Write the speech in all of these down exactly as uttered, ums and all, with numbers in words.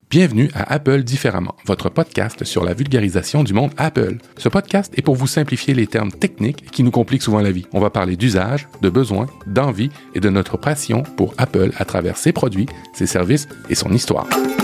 Bienvenue à Apple Différemment, votre podcast sur la vulgarisation du monde Apple. Ce podcast est pour vous simplifier les termes techniques qui nous compliquent souvent la vie. On va parler d'usage, de besoins, d'envie et de notre passion pour Apple à travers ses produits, ses services et son histoire.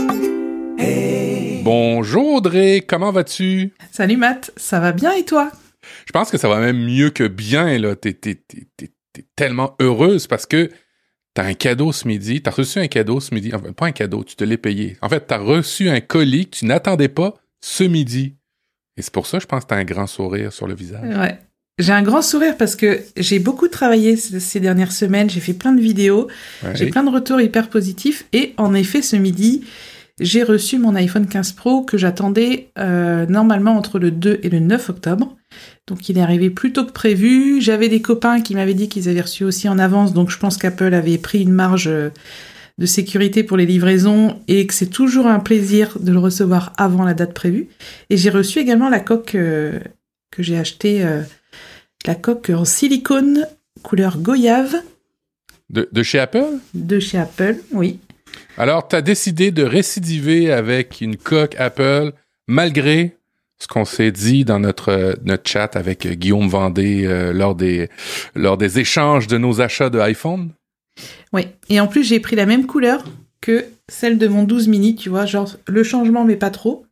Hey. Bonjour Audrey, comment vas-tu? Salut Matt, ça va bien et toi? Je pense que ça va même mieux que bien, là. T'es, t'es, t'es, t'es, t'es tellement heureuse parce que t'as un cadeau ce midi, t'as reçu un cadeau ce midi, enfin, pas un cadeau, tu te l'es payé. En fait, t'as reçu un colis que tu n'attendais pas ce midi. Et c'est pour ça, je pense que t'as un grand sourire sur le visage. Ouais. J'ai un grand sourire parce que j'ai beaucoup travaillé ces dernières semaines, j'ai fait plein de vidéos, ouais. J'ai plein de retours hyper positifs et en effet, ce midi, j'ai reçu mon iPhone quinze Pro que j'attendais euh, normalement entre le deux et le neuf octobre. Donc il est arrivé plus tôt que prévu. J'avais des copains qui m'avaient dit qu'ils avaient reçu aussi en avance, donc je pense qu'Apple avait pris une marge de sécurité pour les livraisons et que c'est toujours un plaisir de le recevoir avant la date prévue. Et j'ai reçu également la coque euh, que j'ai achetée, euh, la coque en silicone couleur goyave. De, de chez Apple? De chez Apple, oui. Alors, tu as décidé de récidiver avec une coque Apple malgré ce qu'on s'est dit dans notre notre chat avec Guillaume Vendée euh, lors des lors des échanges de nos achats de iPhone. Oui, et en plus j'ai pris la même couleur que celle de mon douze mini, tu vois, genre le changement mais pas trop.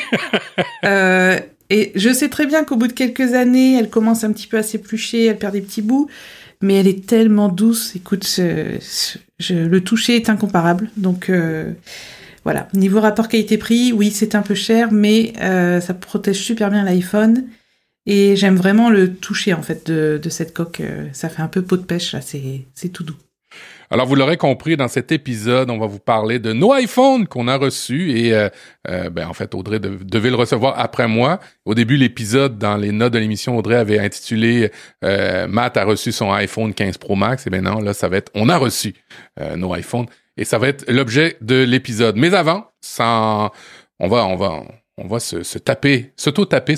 euh, et je sais très bien qu'au bout de quelques années, elle commence un petit peu à s'éplucher, elle perd des petits bouts, mais elle est tellement douce. Écoute, je, je, le toucher est incomparable, donc. Euh, Voilà, niveau rapport qualité-prix, oui, c'est un peu cher, mais euh, ça protège super bien l'iPhone. Et j'aime vraiment le toucher, en fait, de, de cette coque. Ça fait un peu peau de pêche, là, c'est, c'est tout doux. Alors, vous l'aurez compris, dans cet épisode, on va vous parler de nos iPhones qu'on a reçus. Et, euh, euh, ben, en fait, Audrey de, devait le recevoir après moi. Au début, l'épisode, dans les notes de l'émission, Audrey avait intitulé euh, « Matt a reçu son iPhone quinze Pro Max ». Et ben non, là, ça va être « On a reçu euh, nos iPhones ». Et ça va être l'objet de l'épisode. Mais avant, sans, on va, on va, on va se, se taper, s'auto-taper,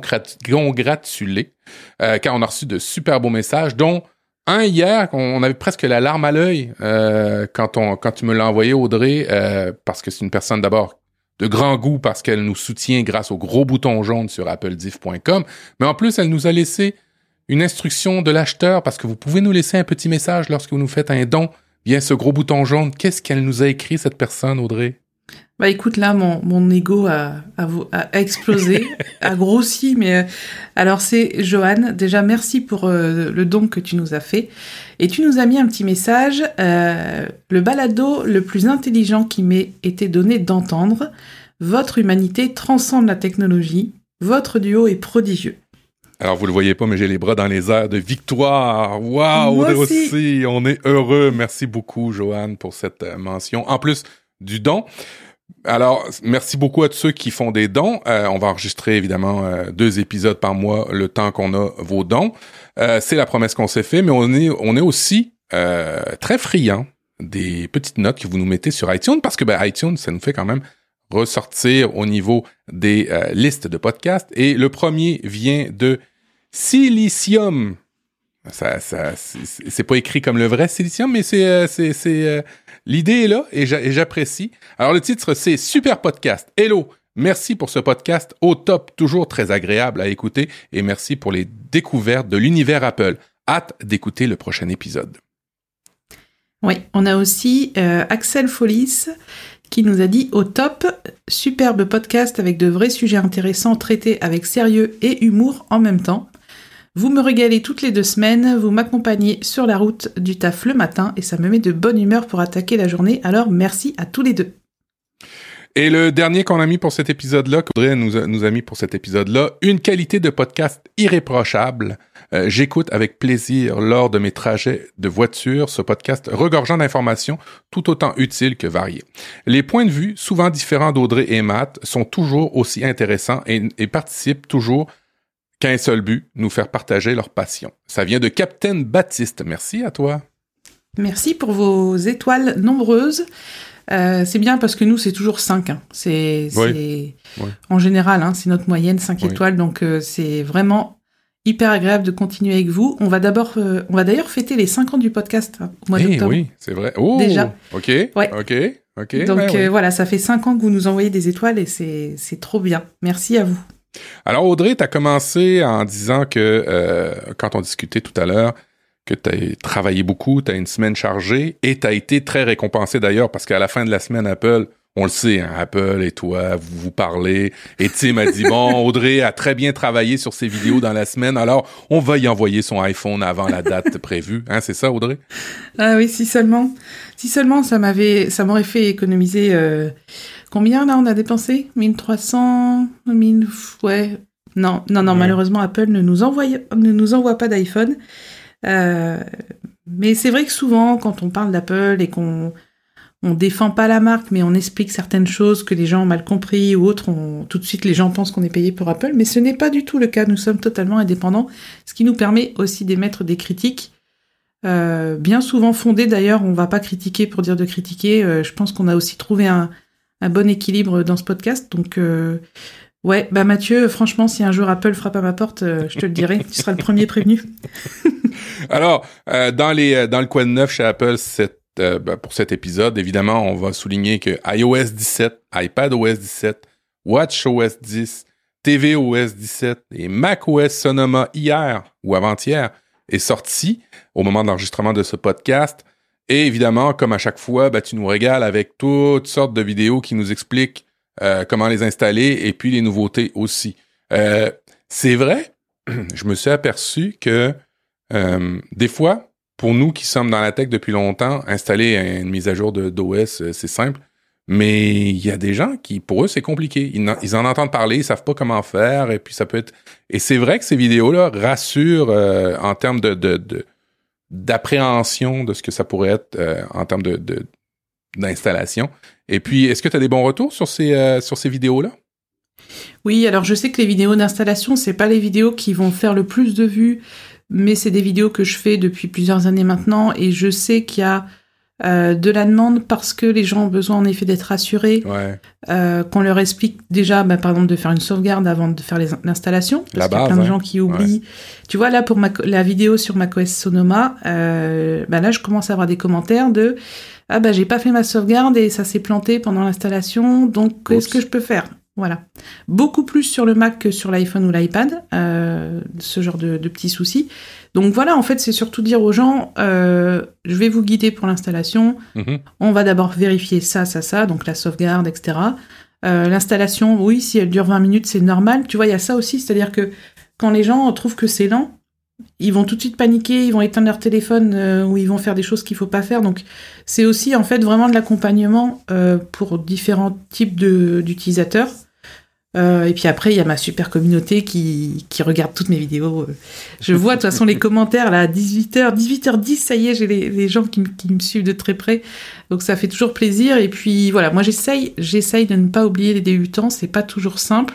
s'auto-congratuler, euh, car on a reçu de super beaux messages, dont un hier, on avait presque la larme à l'œil euh, quand on, quand tu me l'as envoyé, Audrey, euh, parce que c'est une personne d'abord de grand goût, parce qu'elle nous soutient grâce au gros bouton jaune sur apple diff point com, mais en plus, elle nous a laissé une instruction de l'acheteur, parce que vous pouvez nous laisser un petit message lorsque vous nous faites un don via ce gros bouton jaune. Qu'est-ce qu'elle nous a écrit, cette personne, Audrey? Bah écoute, là, mon, mon ego a, a, a explosé, a grossi, mais... Euh, alors, c'est Johan. Déjà, merci pour euh, le don que tu nous as fait. Et tu nous as mis un petit message. Euh, le balado le plus intelligent qui m'ait été donné d'entendre. Votre humanité transcende la technologie. Votre duo est prodigieux. Alors, vous le voyez pas, mais j'ai les bras dans les airs de victoire. Waouh, Moi aussi. aussi. On est heureux. Merci beaucoup, Joanne, pour cette euh, mention. En plus du don. Alors, merci beaucoup à tous ceux qui font des dons. Euh, on va enregistrer, évidemment, euh, deux épisodes par mois, le temps qu'on a vos dons. Euh, c'est la promesse qu'on s'est fait, mais on est, on est aussi euh, très friands des petites notes que vous nous mettez sur iTunes, parce que ben, iTunes, ça nous fait quand même ressortir au niveau des euh, listes de podcasts. Et le premier vient de Silicium. Ça, ça, c'est, c'est pas écrit comme le vrai silicium, mais c'est, euh, c'est, c'est euh, l'idée est là et, j'a, et j'apprécie. Alors le titre, c'est Super Podcast. Hello, merci pour ce podcast au top, toujours très agréable à écouter, et merci pour les découvertes de l'univers Apple. Hâte d'écouter le prochain épisode. Oui, on a aussi euh, Axel Follis qui nous a dit au top, superbe podcast avec de vrais sujets intéressants traités avec sérieux et humour en même temps. Vous me régalez toutes les deux semaines, vous m'accompagnez sur la route du taf le matin et ça me met de bonne humeur pour attaquer la journée, alors merci à tous les deux. Et le dernier qu'on a mis pour cet épisode-là, qu'Audrey nous a, nous a mis pour cet épisode-là, une qualité de podcast irréprochable. Euh, j'écoute avec plaisir lors de mes trajets de voiture ce podcast regorgeant d'informations tout autant utiles que variées. Les points de vue, souvent différents d'Audrey et Matt, sont toujours aussi intéressants et, et participent toujours qu'à un seul but, nous faire partager leur passion. Ça vient de Captain Baptiste. Merci à toi. Merci pour vos étoiles nombreuses. Euh, c'est bien parce que nous, c'est toujours cinq. Hein. C'est, oui. c'est... Oui. En général, hein, c'est notre moyenne, cinq oui. étoiles. Donc, euh, c'est vraiment hyper agréable de continuer avec vous. On va d'abord, euh, on va d'ailleurs fêter les cinq ans du podcast hein, au mois hey, d'octobre. Oui, c'est vrai. Oh, déjà. OK, ouais. OK. OK. Donc ben, euh, oui. voilà, ça fait cinq ans que vous nous envoyez des étoiles et c'est, c'est trop bien. Merci à vous. Alors, Audrey, tu as commencé en disant que, euh, quand on discutait tout à l'heure, que tu as travaillé beaucoup, tu as une semaine chargée et tu as été très récompensé d'ailleurs parce qu'à la fin de la semaine, Apple, on le sait, hein, Apple et toi, vous vous parlez. Et Tim a dit, bon, Audrey a très bien travaillé sur ses vidéos dans la semaine, alors on va y envoyer son iPhone avant la date prévue. Hein, c'est ça, Audrey? Ah oui, si seulement. Si seulement ça m'avait, ça m'aurait fait économiser... Euh, combien, là, on a dépensé mille trois cents, mille... Ouais. Non, non, non, ouais. Malheureusement, Apple ne nous envoie, ne nous envoie pas d'iPhone. Euh, mais c'est vrai que souvent, quand on parle d'Apple et qu'on on défend pas la marque, mais on explique certaines choses que les gens ont mal compris ou autres, on, tout de suite les gens pensent qu'on est payé pour Apple, mais ce n'est pas du tout le cas. Nous sommes totalement indépendants, ce qui nous permet aussi d'émettre des critiques, euh, bien souvent fondées d'ailleurs. On va pas critiquer pour dire de critiquer. Euh, je pense qu'on a aussi trouvé un, un bon équilibre dans ce podcast. Donc euh, ouais, bah Mathieu, franchement, si un jour Apple frappe à ma porte, euh, je te le dirai. Tu seras le premier prévenu. Alors, euh, dans les dans le coin de neuf chez Apple, cette Euh, ben pour cet épisode, évidemment, on va souligner que iOS dix-sept, iPadOS dix-sept, WatchOS dix, tvOS dix-sept et macOS Sonoma hier ou avant-hier est sorti au moment de l'enregistrement de ce podcast. Et évidemment, comme à chaque fois, ben, tu nous régales avec toutes sortes de vidéos qui nous expliquent euh, comment les installer et puis les nouveautés aussi. Euh, c'est vrai, je me suis aperçu que euh, des fois, pour nous qui sommes dans la tech depuis longtemps, installer une mise à jour de, d'O S, c'est simple. Mais il y a des gens qui, pour eux, c'est compliqué. Ils, en, ils en entendent parler, ils savent pas comment faire, et puis ça peut être... Et c'est vrai que ces vidéos-là rassurent euh, en termes de, de, de, d'appréhension de ce que ça pourrait être euh, en termes de, de, d'installation. Et puis, est-ce que tu as des bons retours sur ces, euh, sur ces vidéos-là? Oui, alors je sais que les vidéos d'installation, c'est pas les vidéos qui vont faire le plus de vues, mais c'est des vidéos que je fais depuis plusieurs années maintenant et je sais qu'il y a euh, de la demande parce que les gens ont besoin en effet d'être rassurés, ouais. euh, qu'on leur explique déjà, bah, par exemple, de faire une sauvegarde avant de faire les, l'installation. Parce la qu'il y a base, plein de hein. gens qui oublient. Ouais. Tu vois, là, pour ma, la vidéo sur macOS Sonoma, euh, bah, là, je commence à avoir des commentaires de « Ah, bah, j'ai pas fait ma sauvegarde et ça s'est planté pendant l'installation, donc Oups. Qu'est-ce que je peux faire ?» Voilà. Beaucoup plus sur le Mac que sur l'iPhone ou l'iPad, euh, ce genre de, de petits soucis. Donc voilà, en fait, c'est surtout dire aux gens, euh, je vais vous guider pour l'installation. Mm-hmm. On va d'abord vérifier ça, ça, ça, donc la sauvegarde, et cetera. Euh, l'installation, oui, si elle dure vingt minutes, c'est normal. Tu vois, il y a ça aussi, c'est-à-dire que quand les gens trouvent que c'est lent, ils vont tout de suite paniquer, ils vont éteindre leur téléphone euh, ou ils vont faire des choses qu'il faut pas faire. Donc, c'est aussi, en fait, vraiment de l'accompagnement euh, pour différents types de, d'utilisateurs. Euh, et puis après, il y a ma super communauté qui, qui regarde toutes mes vidéos. Je vois, de toute façon, les commentaires, là, à dix-huit heures, dix-huit heures dix, ça y est, j'ai les, les gens qui, qui me suivent de très près. Donc, ça fait toujours plaisir. Et puis, voilà, moi, j'essaye, j'essaye de ne pas oublier les débutants. C'est pas toujours simple.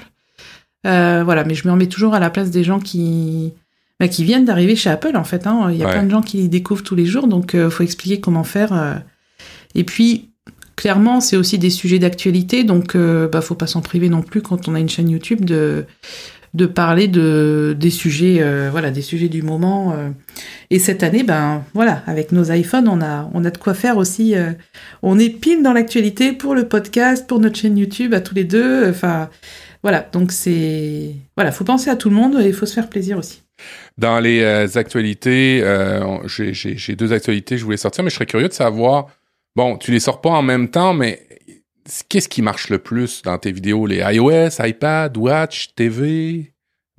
Euh, voilà, mais je me remets toujours à la place des gens qui... Bah, qui viennent d'arriver chez Apple, en fait. Hein. Il y a ouais. plein de gens qui les découvrent tous les jours, donc il euh, faut expliquer comment faire. Euh. Et puis, clairement, c'est aussi des sujets d'actualité, donc euh, bah, faut pas s'en priver non plus quand on a une chaîne YouTube de, de parler de, des, sujets, euh, voilà, des sujets du moment. Euh. Et cette année, ben, voilà, avec nos iPhones, on a, on a de quoi faire aussi. Euh. On est pile dans l'actualité pour le podcast, pour notre chaîne YouTube, à tous les deux. Enfin, voilà, donc c'est... Voilà, faut penser à tout le monde et il faut se faire plaisir aussi. Dans les euh, actualités, euh, j'ai, j'ai, j'ai deux actualités que je voulais sortir, mais je serais curieux de savoir, bon, tu les sors pas en même temps, mais qu'est-ce qui marche le plus dans tes vidéos? Les iOS, iPad, Watch, T V,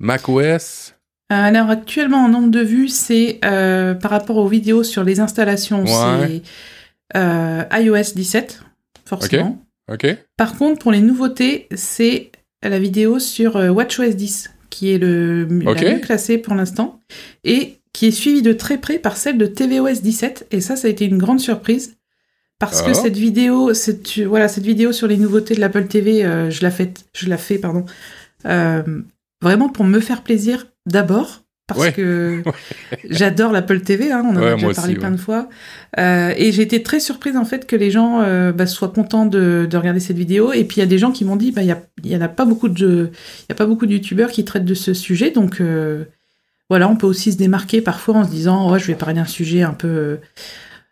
macOS? Alors actuellement, en nombre de vues, c'est euh, par rapport aux vidéos sur les installations, ouais. c'est euh, iOS dix-sept, forcément. Ok. Okay. Par contre, pour les nouveautés, c'est la vidéo sur euh, WatchOS dix. Qui est le okay. la mieux classée pour l'instant, et qui est suivie de très près par celle de tvOS dix-sept, et ça, ça a été une grande surprise, parce oh. que cette vidéo, cette, voilà, cette vidéo sur les nouveautés de l'Apple T V, euh, je la fais, je la fais pardon, euh, vraiment pour me faire plaisir d'abord, parce ouais. que j'adore l'Apple T V, hein, on en ouais, a déjà parlé aussi, plein ouais. de fois, euh, et j'ai été très surprise en fait que les gens euh, bah, soient contents de, de regarder cette vidéo, et puis il y a des gens qui m'ont dit, bah il y a, il y en a pas beaucoup de, il y a pas beaucoup de youtubeurs qui traitent de ce sujet, donc euh, voilà, on peut aussi se démarquer parfois en se disant, ouais, je vais parler d'un sujet un peu,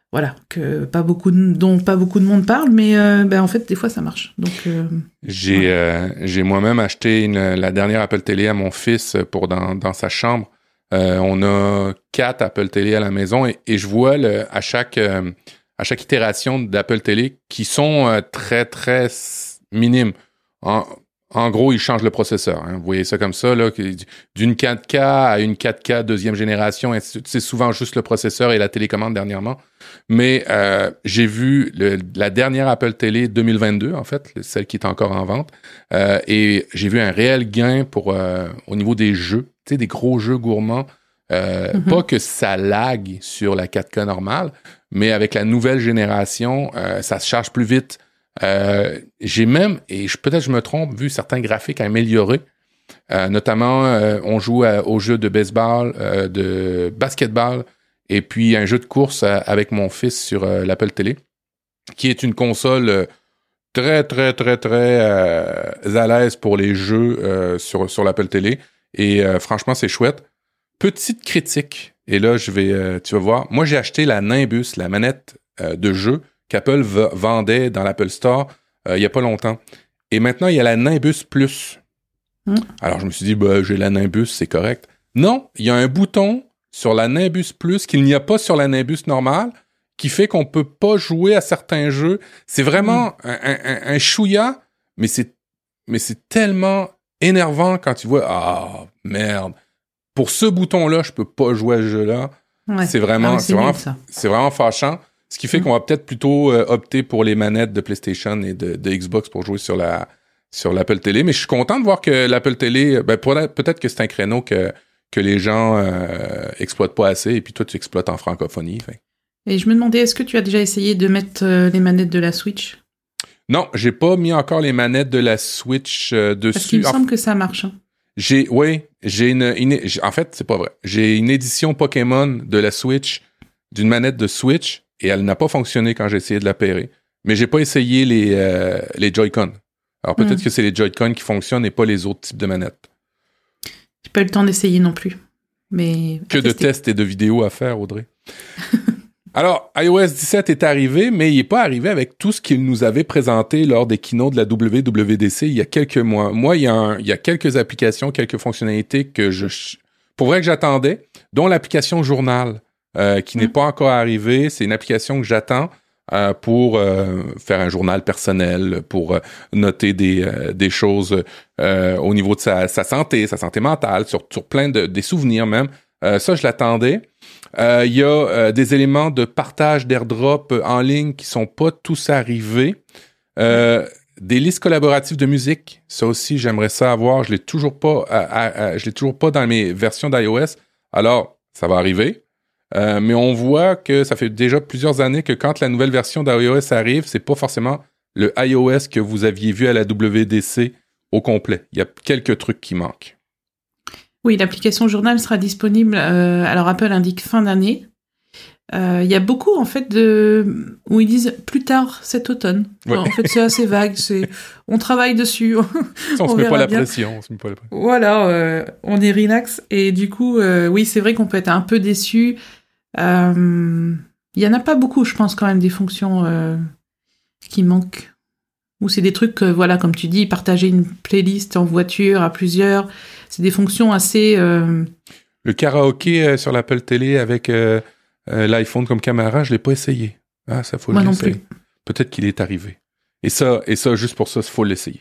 voilà, que pas beaucoup de, dont pas beaucoup de monde parle, mais euh, ben, en fait, des fois, ça marche. Donc, euh, j'ai, ouais. euh, j'ai moi-même acheté une, la dernière Apple Télé à mon fils pour dans, dans sa chambre. Euh, on a quatre Apple Télé à la maison et, et je vois le, à chaque euh, à chaque itération d'Apple Télé qui sont euh, très, très minimes. En, en gros, ils changent le processeur. Hein. Vous voyez ça comme ça, là, d'une quatre K à une quatre K deuxième génération. C'est souvent juste le processeur et la télécommande dernièrement. Mais euh, j'ai vu le, la dernière Apple Télé deux mille vingt-deux, en fait, celle qui est encore en vente, euh, et j'ai vu un réel gain pour euh, au niveau des jeux, tu sais, des gros jeux gourmands. Euh, mm-hmm. Pas que ça lag sur la quatre K normale, mais avec la nouvelle génération, euh, ça se charge plus vite. Euh, j'ai même, et je, peut-être je me trompe, vu certains graphiques améliorés. Euh, notamment, euh, on joue à, aux jeux de baseball, euh, de basketball, et puis un jeu de course à, avec mon fils sur euh, l'Apple Télé, qui est une console euh, très, très, très, très euh, à l'aise pour les jeux euh, sur, sur l'Apple Télé. Et euh, franchement, c'est chouette. Petite critique, et là, je vais, euh, tu vas voir. Moi, j'ai acheté la Nimbus, la manette euh, de jeu qu'Apple v- vendait dans l'Apple Store euh, il n'y a pas longtemps. Et maintenant, il y a la Nimbus Plus. Mm. Alors, je me suis dit, bah, j'ai la Nimbus, c'est correct. Non, il y a un bouton sur la Nimbus Plus qu'il n'y a pas sur la Nimbus normale qui fait qu'on ne peut pas jouer à certains jeux. C'est vraiment mm. un, un, un chouïa, mais c'est, mais c'est tellement énervant quand tu vois, ah, merde. Pour ce bouton-là, je peux pas jouer à ce jeu-là. Ouais. C'est vraiment, ah, c'est, c'est, vraiment c'est vraiment fâchant. Ce qui fait mmh. qu'on va peut-être plutôt euh, opter pour les manettes de PlayStation et de, de Xbox pour jouer sur la sur l'Apple Télé. Mais je suis content de voir que l'Apple Télé, ben, peut-être que c'est un créneau que, que les gens euh, exploitent pas assez et puis toi, tu exploites en francophonie. Fait. Et je me demandais, est-ce que tu as déjà essayé de mettre euh, les manettes de la Switch? Non, j'ai pas mis encore les manettes de la Switch euh, dessus. Parce qu'il me semble que ça marche. Hein. J'ai, oui, j'ai une, une, en fait, c'est pas vrai. J'ai une édition Pokémon de la Switch, d'une manette de Switch, et elle n'a pas fonctionné quand j'ai essayé de la pairer. Mais j'ai pas essayé les, euh, les Joy-Con. Alors peut-être mm. que c'est les Joy-Con qui fonctionnent et pas les autres types de manettes. J'ai pas eu le temps d'essayer non plus. Mais que de tests et de vidéos à faire, Audrey. Alors, iOS dix-sept est arrivé, mais il n'est pas arrivé avec tout ce qu'il nous avait présenté lors des keynotes de la W W D C il y a quelques mois. Moi, il y a, un, il y a quelques applications, quelques fonctionnalités que je... Pour vrai que j'attendais, dont l'application Journal, euh, qui mmh. n'est pas encore arrivée. C'est une application que j'attends euh, pour euh, faire un journal personnel, pour euh, noter des, euh, des choses euh, au niveau de sa, sa santé, sa santé mentale, sur, sur plein de des souvenirs même. Euh, ça, je l'attendais. Il euh, y a euh, des éléments de partage d'airdrop en ligne qui sont pas tous arrivés. Euh, des listes collaboratives de musique, ça aussi, j'aimerais ça avoir. Je l'ai toujours pas, à, à, à, je l'ai toujours pas dans mes versions d'iOS. Alors, ça va arriver. Euh, mais on voit que ça fait déjà plusieurs années que quand la nouvelle version d'iOS arrive, c'est pas forcément le iOS que vous aviez vu à la W W D C au complet. Il y a quelques trucs qui manquent. Oui, l'application Journal sera disponible. Euh, alors Apple indique fin d'année. Il euh, y a beaucoup en fait de où ils disent plus tard cet automne. Ouais. En fait, c'est assez vague. C'est on travaille dessus. on, on se met pas la pression. On se met pas la pression. Voilà, euh, on est relax et du coup, euh, oui, c'est vrai qu'on peut être un peu déçu. Il euh, y en a pas beaucoup, je pense quand même des fonctions euh, qui manquent. Ou c'est des trucs, euh, voilà, comme tu dis, partager une playlist en voiture à plusieurs. C'est des fonctions assez... Euh... Le karaoké euh, sur l'Apple Télé avec euh, euh, l'iPhone comme caméra, je l'ai pas essayé. Ah, ça faut Moi non l'essayer. Plus. Peut-être qu'il est arrivé. Et ça, et ça juste pour ça, il faut l'essayer.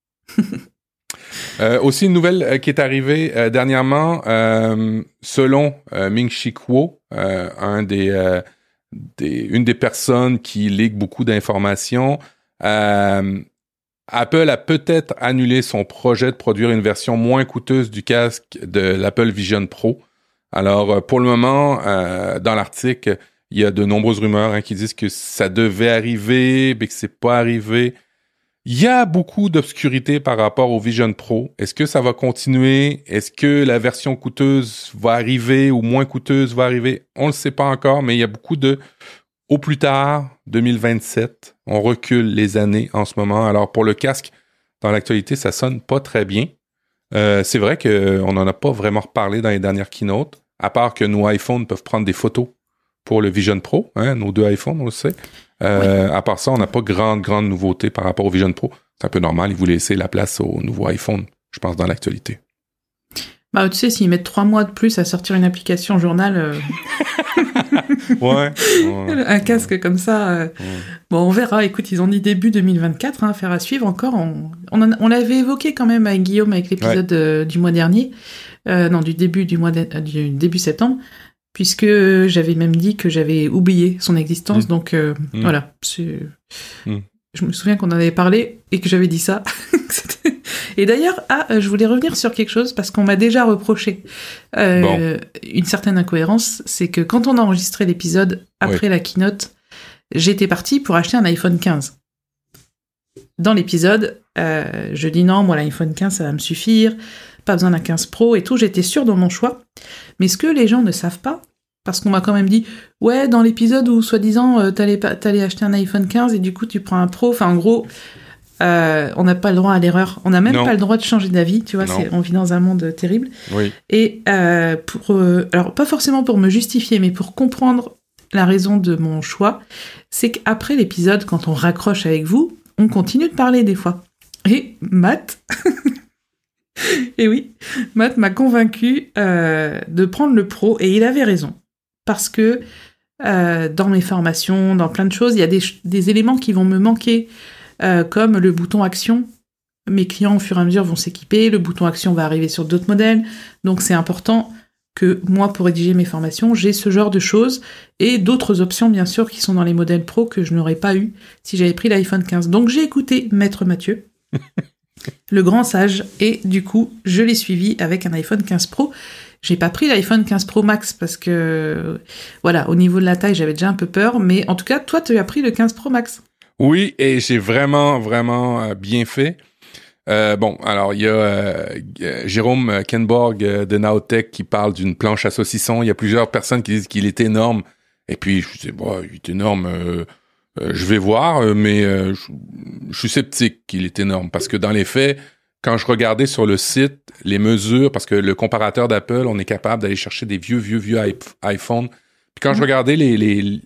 euh, aussi, une nouvelle euh, qui est arrivée euh, dernièrement, euh, selon euh, Ming-Chi Kuo, euh, un des, euh, des, une des personnes qui ligue beaucoup d'informations, euh, Apple a peut-être annulé son projet de produire une version moins coûteuse du casque de l'Apple Vision Pro. Alors, pour le moment, euh, dans l'article, il y a de nombreuses rumeurs hein, qui disent que ça devait arriver, mais que c'est pas arrivé. Il y a beaucoup d'obscurité par rapport au Vision Pro. Est-ce que ça va continuer? Est-ce que la version coûteuse va arriver ou moins coûteuse va arriver? On le sait pas encore, mais il y a beaucoup de... Au plus tard, deux mille vingt-sept, on recule les années en ce moment. Alors, pour le casque, dans l'actualité, ça sonne pas très bien. Euh, c'est vrai qu'on n'en a pas vraiment reparlé dans les dernières keynotes, à part que nos iPhones peuvent prendre des photos pour le Vision Pro, hein, nos deux iPhones, on le sait. Euh, oui. À part ça, on n'a pas grande, grande nouveauté par rapport au Vision Pro. C'est un peu normal, ils voulaient laisser la place au nouveau iPhone, je pense, dans l'actualité. Bah, tu sais, s'ils mettent trois mois de plus à sortir une application journal... Euh... ouais, ouais. Un casque ouais. comme ça... Euh... Ouais. Bon, on verra. Écoute, ils ont dit début deux mille vingt-quatre, hein, affaire à suivre encore. On, on, en, on l'avait évoqué quand même avec Guillaume, avec l'épisode ouais. euh, du mois dernier. Euh, non, du début du mois de, euh, du début septembre. Puisque j'avais même dit que j'avais oublié son existence. Mmh. Donc, euh, mmh. voilà. C'est... Mmh. Je me souviens qu'on en avait parlé et que j'avais dit ça. Et d'ailleurs, ah, je voulais revenir sur quelque chose parce qu'on m'a déjà reproché euh, bon. une certaine incohérence. C'est que quand on a enregistré l'épisode après oui. la keynote, j'étais partie pour acheter un iPhone quinze. Dans l'épisode, euh, je dis non, moi l'iPhone quinze, ça va me suffire. Pas besoin d'un quinze Pro et tout. J'étais sûre dans mon choix. Mais ce que les gens ne savent pas, parce qu'on m'a quand même dit, ouais, dans l'épisode où, soi-disant, euh, t'allais, t'allais acheter un iPhone quinze et du coup, tu prends un Pro. Enfin, en gros, euh, on n'a pas le droit à l'erreur. On n'a même non. pas le droit de changer d'avis. Tu vois, c'est, on vit dans un monde terrible. Oui. Et euh, pour, euh, alors, pas forcément pour me justifier, mais pour comprendre la raison de mon choix, c'est qu'après l'épisode, quand on raccroche avec vous, on continue de parler des fois. Et Matt... Et oui, Matt m'a convaincu euh, de prendre le Pro, et il avait raison. Parce que euh, dans mes formations, dans plein de choses, il y a des, des éléments qui vont me manquer, euh, comme le bouton Action. Mes clients, au fur et à mesure, vont s'équiper, le bouton Action va arriver sur d'autres modèles, donc c'est important que moi, pour rédiger mes formations, j'ai ce genre de choses, et d'autres options, bien sûr, qui sont dans les modèles Pro que je n'aurais pas eu si j'avais pris l'iPhone quinze. Donc j'ai écouté Maître Mathieu, le grand sage, et du coup, je l'ai suivi avec un iPhone quinze Pro. J'ai pas pris l'iPhone quinze Pro Max parce que, voilà, au niveau de la taille, j'avais déjà un peu peur, mais en tout cas, toi, tu as pris le quinze Pro Max. Oui, et j'ai vraiment, vraiment bien fait. Euh, bon, alors, il y a euh, Jérôme Kenborg euh, de Naotech qui parle d'une planche à saucisson. Il y a plusieurs personnes qui disent qu'il est énorme. Et puis, je dis, bon, il est énorme... Euh, Euh, je vais voir, euh, mais euh, je, je suis sceptique qu'il est énorme parce que dans les faits, quand je regardais sur le site les mesures, parce que le comparateur d'Apple, on est capable d'aller chercher des vieux, vieux, vieux iPhone. Puis quand mmh. je regardais les les,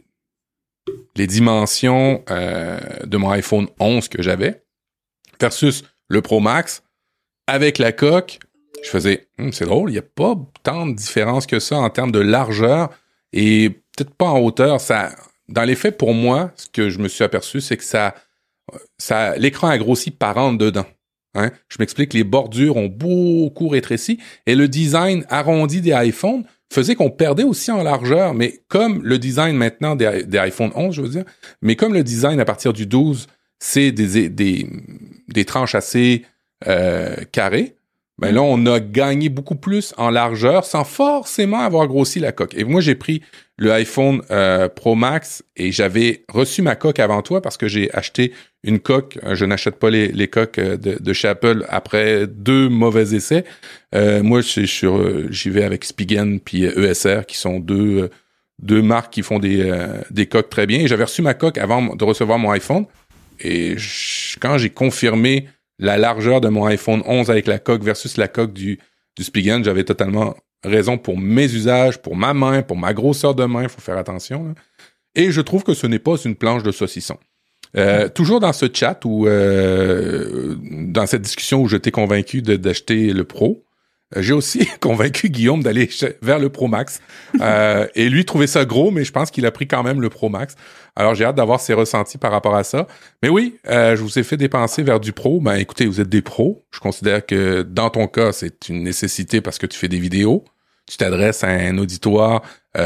les dimensions euh, de mon iPhone onze que j'avais versus le Pro Max avec la coque, je faisais hm, c'est drôle, il n'y a pas tant de différence que ça en termes de largeur et peut-être pas en hauteur. Ça Dans les faits, pour moi, ce que je me suis aperçu, c'est que ça, ça, l'écran a grossi par en dedans. Hein? Je m'explique, les bordures ont beaucoup rétréci et le design arrondi des iPhones faisait qu'on perdait aussi en largeur. Mais comme le design maintenant des, des iPhone onze, je veux dire, mais comme le design à partir du douze, c'est des, des, des tranches assez euh, carrées, ben là, on a gagné beaucoup plus en largeur sans forcément avoir grossi la coque. Et moi, j'ai pris le iPhone euh, Pro Max et j'avais reçu ma coque avant toi parce que j'ai acheté une coque. Je n'achète pas les, les coques de, de chez Apple après deux mauvais essais. Euh, moi, je, je, je, j'y vais avec Spigen puis E S R qui sont deux, deux marques qui font des, euh, des coques très bien. Et j'avais reçu ma coque avant de recevoir mon iPhone. Et je, quand j'ai confirmé la largeur de mon iPhone onze avec la coque versus la coque du, du Spigen, j'avais totalement raison pour mes usages, pour ma main, pour ma grosseur de main, il faut faire attention. Là. Et je trouve que ce n'est pas une planche de saucisson. Euh, toujours dans ce chat ou euh, dans cette discussion où je t'ai convaincu de, d'acheter le Pro, euh, j'ai aussi convaincu Guillaume d'aller vers le Pro Max. Euh, et lui trouvait ça gros, mais je pense qu'il a pris quand même le Pro Max. Alors j'ai hâte d'avoir ses ressentis par rapport à ça. Mais oui, euh, je vous ai fait dépenser vers du Pro. Ben écoutez, vous êtes des pros. Je considère que dans ton cas, c'est une nécessité parce que tu fais des vidéos. Tu t'adresses à un auditoire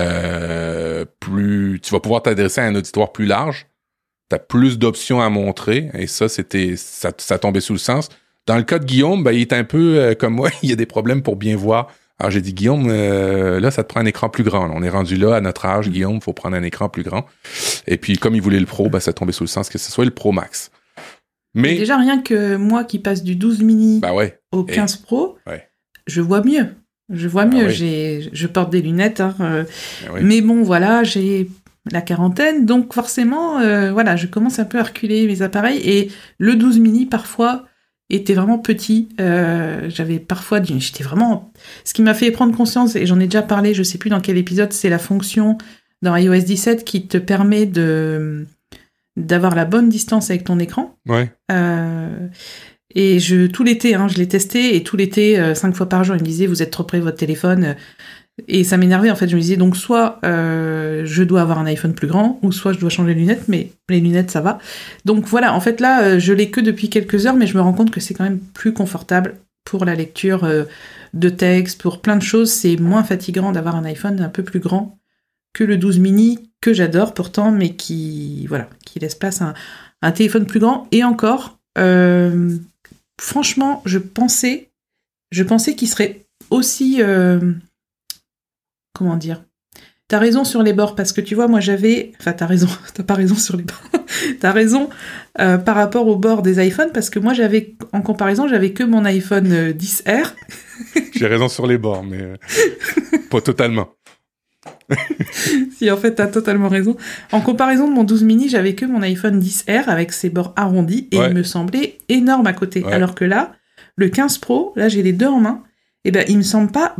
euh, plus... Tu vas pouvoir t'adresser à un auditoire plus large. Tu as plus d'options à montrer. Et ça, c'était ça, ça tombait sous le sens. Dans le cas de Guillaume, ben, il est un peu euh, comme moi. Il y a des problèmes pour bien voir. Alors, j'ai dit, Guillaume, euh, là, ça te prend un écran plus grand. Là. On est rendu là, à notre âge, Guillaume, il faut prendre un écran plus grand. Et puis, comme il voulait le Pro, ben, ça tombait sous le sens que ce soit le Pro Max. Mais déjà, rien que moi qui passe du douze mini ben ouais. au quinze Et... Pro, ouais. je vois mieux. Je vois mieux. Ah oui. j'ai, je porte des lunettes. Hein, euh, ah oui. Mais bon, voilà, j'ai la quarantaine. Donc, forcément, euh, voilà, je commence un peu à reculer mes appareils. Et le douze mini, parfois, était vraiment petit. Euh, j'avais parfois... J'étais vraiment... Ce qui m'a fait prendre conscience, et j'en ai déjà parlé, je sais plus dans quel épisode, c'est la fonction dans i O S dix-sept qui te permet de d'avoir la bonne distance avec ton écran. Ouais. Euh, et je tout l'été, hein, je l'ai testé et tout l'été, euh, cinq fois par jour, il me disait vous êtes trop près de votre téléphone. Et ça m'énervait en fait. Je me disais donc soit euh, je dois avoir un iPhone plus grand, ou soit je dois changer les lunettes. Mais les lunettes ça va. Donc voilà, en fait là, euh, je l'ai que depuis quelques heures, mais je me rends compte que c'est quand même plus confortable pour la lecture euh, de texte, pour plein de choses. C'est moins fatigant d'avoir un iPhone un peu plus grand que le douze mini, que j'adore pourtant, mais qui, voilà, qui laisse place à un, un téléphone plus grand. Et encore, euh, franchement, je pensais, je pensais qu'il serait aussi, euh, comment dire, t'as raison sur les bords, parce que tu vois, moi j'avais, enfin t'as raison, t'as pas raison sur les bords, t'as raison euh, par rapport au bord des iPhones, parce que moi j'avais, en comparaison, j'avais que mon iPhone euh, dix R. J'ai raison sur les bords, mais euh, pas totalement. Si, en fait, t'as totalement raison. En comparaison de mon douze mini, j'avais que mon iPhone dix R avec ses bords arrondis et ouais. il me semblait énorme à côté. Ouais. Alors que là, le quinze Pro, là, j'ai les deux en main, et ben, il me semble pas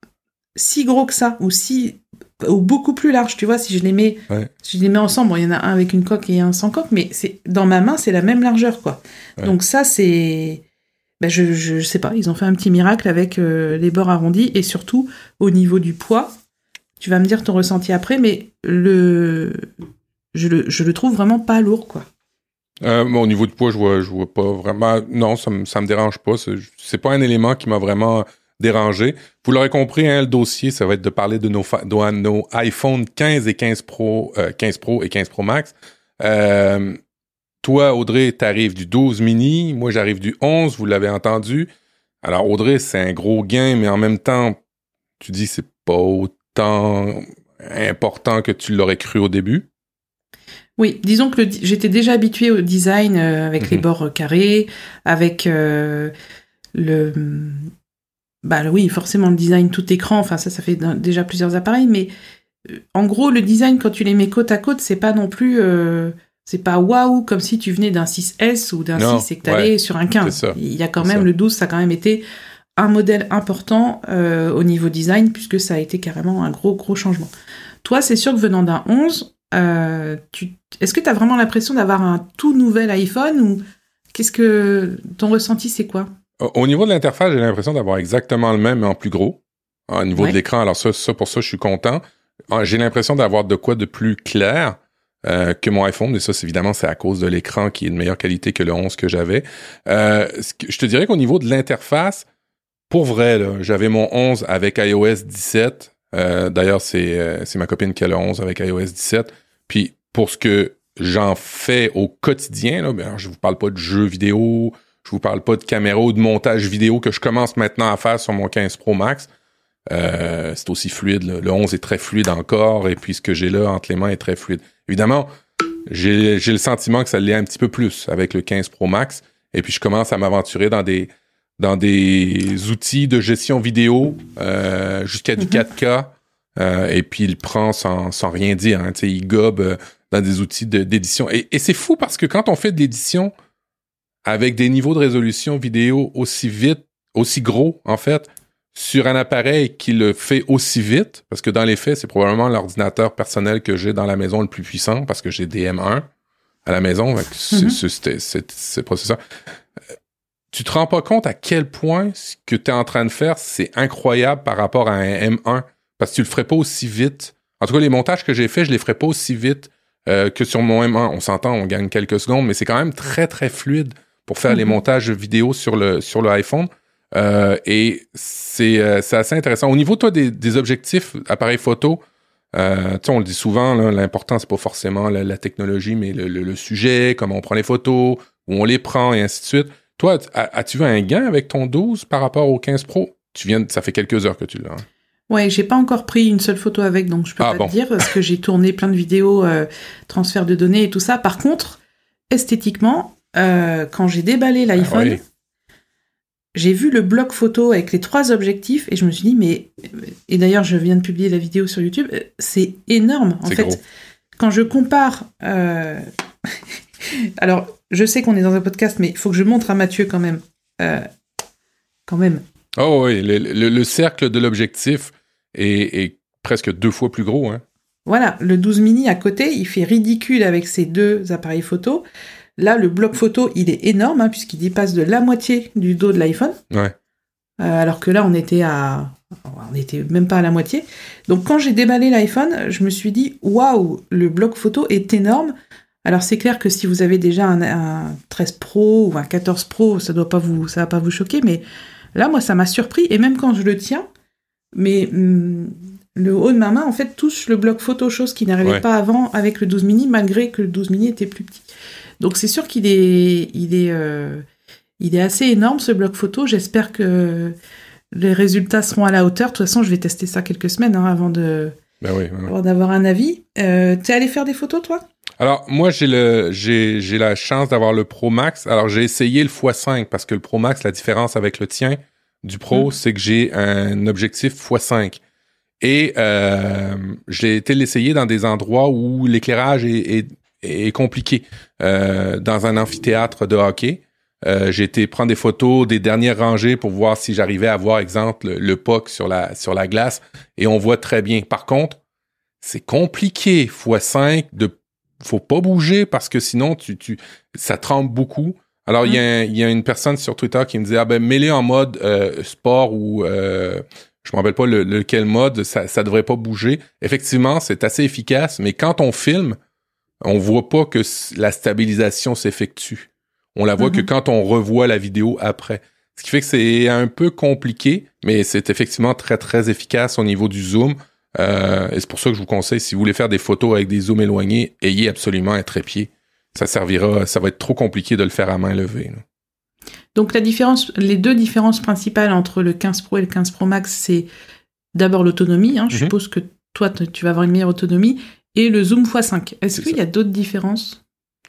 si gros que ça, ou si, ou beaucoup plus large, tu vois, si je les mets, ouais. si je les mets ensemble. Bon, il y en a un avec une coque et un sans coque, mais c'est, dans ma main, c'est la même largeur, quoi. Ouais. Donc ça, c'est, ben, je, je, je sais pas, ils ont fait un petit miracle avec euh, les bords arrondis, et surtout, au niveau du poids. Tu vas me dire ton ressenti après, mais le... Je, le... je le trouve vraiment pas lourd, quoi. Euh, bon, au niveau du poids, je vois, je vois pas vraiment... Non, ça me, ça me dérange pas. C'est, c'est pas un élément qui m'a vraiment dérangé. Vous l'aurez compris, hein, le dossier, ça va être de parler de nos, fa... de nos iPhone quinze et quinze Pro, euh, quinze Pro et quinze Pro Max. Euh, toi, Audrey, t'arrives du douze mini. Moi, j'arrive du onze, vous l'avez entendu. Alors, Audrey, c'est un gros gain, mais en même temps, tu dis c'est pas autant important que tu l'aurais cru au début? Oui, disons que le, j'étais déjà habituée au design euh, avec mm-hmm. les bords carrés, avec euh, le... Bah oui, forcément le design tout écran, enfin ça, ça fait déjà plusieurs appareils, mais euh, en gros, le design, quand tu les mets côte à côte, c'est pas non plus... Euh, c'est pas waouh, comme si tu venais d'un six S ou d'un non, six et que t'allais ouais, sur un quinze. Il y a quand même, ça. Le douze, ça a quand même été... un modèle important euh, au niveau design, puisque ça a été carrément un gros, gros changement. Toi, c'est sûr que venant d'un onze, euh, tu... est-ce que tu as vraiment l'impression d'avoir un tout nouvel iPhone, ou qu'est-ce que ton ressenti, c'est quoi? Au niveau de l'interface, j'ai l'impression d'avoir exactement le même, mais en plus gros. Au niveau ouais. de l'écran, alors ça, ça, pour ça, je suis content. J'ai l'impression d'avoir de quoi de plus clair euh, que mon iPhone, et ça, c'est, évidemment, c'est à cause de l'écran qui est de meilleure qualité que le onze que j'avais. Euh, je te dirais qu'au niveau de l'interface, pour vrai, là, j'avais mon onze avec i O S dix-sept. Euh, d'ailleurs, c'est, euh, c'est ma copine qui a le onze avec i O S dix-sept. Puis, pour ce que j'en fais au quotidien, là, ben, je vous parle pas de jeux vidéo, je vous parle pas de caméra ou de montage vidéo que je commence maintenant à faire sur mon quinze Pro Max. Euh, c'est aussi fluide, là. Le onze est très fluide encore, et puis ce que j'ai là entre les mains est très fluide. Évidemment, j'ai, j'ai le sentiment que ça l'est un petit peu plus avec le quinze Pro Max, et puis je commence à m'aventurer dans des dans des outils de gestion vidéo euh, jusqu'à du mm-hmm. quatre K, euh, et puis il prend sans, sans rien dire. Hein, il gobe euh, dans des outils de, d'édition. Et, et c'est fou parce que quand on fait de l'édition avec des niveaux de résolution vidéo aussi vite, aussi gros, en fait, sur un appareil qui le fait aussi vite, parce que dans les faits, c'est probablement l'ordinateur personnel que j'ai dans la maison le plus puissant, parce que j'ai des M un à la maison, avec mm-hmm. ce, ce, ce, ce processeur. Tu te rends pas compte à quel point ce que tu es en train de faire, c'est incroyable par rapport à un M un, parce que tu le ferais pas aussi vite. En tout cas, les montages que j'ai faits, je les ferais pas aussi vite euh, que sur mon M un. On s'entend, on gagne quelques secondes, mais c'est quand même très, très fluide pour faire mm-hmm. les montages vidéo sur le sur le iPhone. Euh, et c'est, euh, c'est assez intéressant. Au niveau, toi, des, des objectifs appareil photo, euh, tu sais, on le dit souvent, là, l'important, c'est pas forcément la, la technologie, mais le, le, le sujet, comment on prend les photos, où on les prend, et ainsi de suite. Toi, as-tu vu un gain avec ton douze par rapport au quinze Pro? Tu viens de, ça fait quelques heures que tu l'as. Hein? Ouais, j'ai pas encore pris une seule photo avec, donc je peux ah, pas bon. te dire, parce que j'ai tourné plein de vidéos, euh, transfert de données et tout ça. Par contre, esthétiquement, euh, quand j'ai déballé l'iPhone, ah, oui. j'ai vu le bloc photo avec les trois objectifs, et je me suis dit, mais... Et d'ailleurs, je viens de publier la vidéo sur YouTube, c'est énorme. En c'est fait, gros. Quand je compare... Euh... Alors, je sais qu'on est dans un podcast, mais il faut que je montre à Mathieu quand même. Euh, quand même. Oh oui, le, le, le cercle de l'objectif est, est presque deux fois plus gros. Hein. Voilà, le douze mini à côté, il fait ridicule avec ses deux appareils photo. Là, le bloc photo, il est énorme, hein, puisqu'il dépasse de la moitié du dos de l'iPhone. Ouais. Euh, alors que là, on était à... On était même pas à la moitié. Donc, quand j'ai déballé l'iPhone, je me suis dit, waouh, le bloc photo est énorme. Alors, c'est clair que si vous avez déjà un, un treize Pro ou un quatorze Pro, ça doit pas vous, ça va pas vous choquer. Mais là, moi, ça m'a surpris. Et même quand je le tiens, mais hum, le haut de ma main, en fait, touche le bloc photo, chose qui n'arrivait ouais. pas avant avec le douze mini, malgré que le douze mini était plus petit. Donc, c'est sûr qu'il est, il est, euh, il est assez énorme, ce bloc photo. J'espère que les résultats seront à la hauteur. De toute façon, je vais tester ça quelques semaines hein, avant, de, ben oui, ben oui. avant d'avoir un avis. Euh, t'es allé faire des photos, toi? Alors, moi, j'ai le, j'ai, j'ai la chance d'avoir le Pro Max. Alors, j'ai essayé le fois cinq parce que le Pro Max, la différence avec le tien du Pro, mmh. c'est que j'ai un objectif fois cinq. Et euh, j'ai été l'essayer dans des endroits où l'éclairage est, est, est compliqué. Euh, dans un amphithéâtre de hockey, euh, j'ai été prendre des photos des dernières rangées pour voir si j'arrivais à voir, exemple, le, le puck sur la, sur la glace. Et on voit très bien. Par contre, c'est compliqué fois cinq de faut pas bouger parce que sinon tu tu ça tremble beaucoup. Alors il mmh. y a il y a une personne sur Twitter qui me disait ah ben mets-les en mode euh, sport ou euh, je me rappelle pas le, lequel mode, ça ça devrait pas bouger. Effectivement, c'est assez efficace, mais quand on filme, on voit pas que la stabilisation s'effectue. On la voit mmh. que quand on revoit la vidéo après. Ce qui fait que c'est un peu compliqué, mais c'est effectivement très très efficace au niveau du zoom. Euh, et c'est pour ça que je vous conseille, si vous voulez faire des photos avec des zooms éloignés, ayez absolument un trépied. Ça servira, ça va être trop compliqué de le faire à main levée. Là. Donc la différence, les deux différences principales entre le quinze Pro et le quinze Pro Max, c'est d'abord l'autonomie. Hein, je mm-hmm. suppose que toi, tu vas avoir une meilleure autonomie. Et le zoom fois cinq. Est-ce c'est qu'il ça. y a d'autres différences?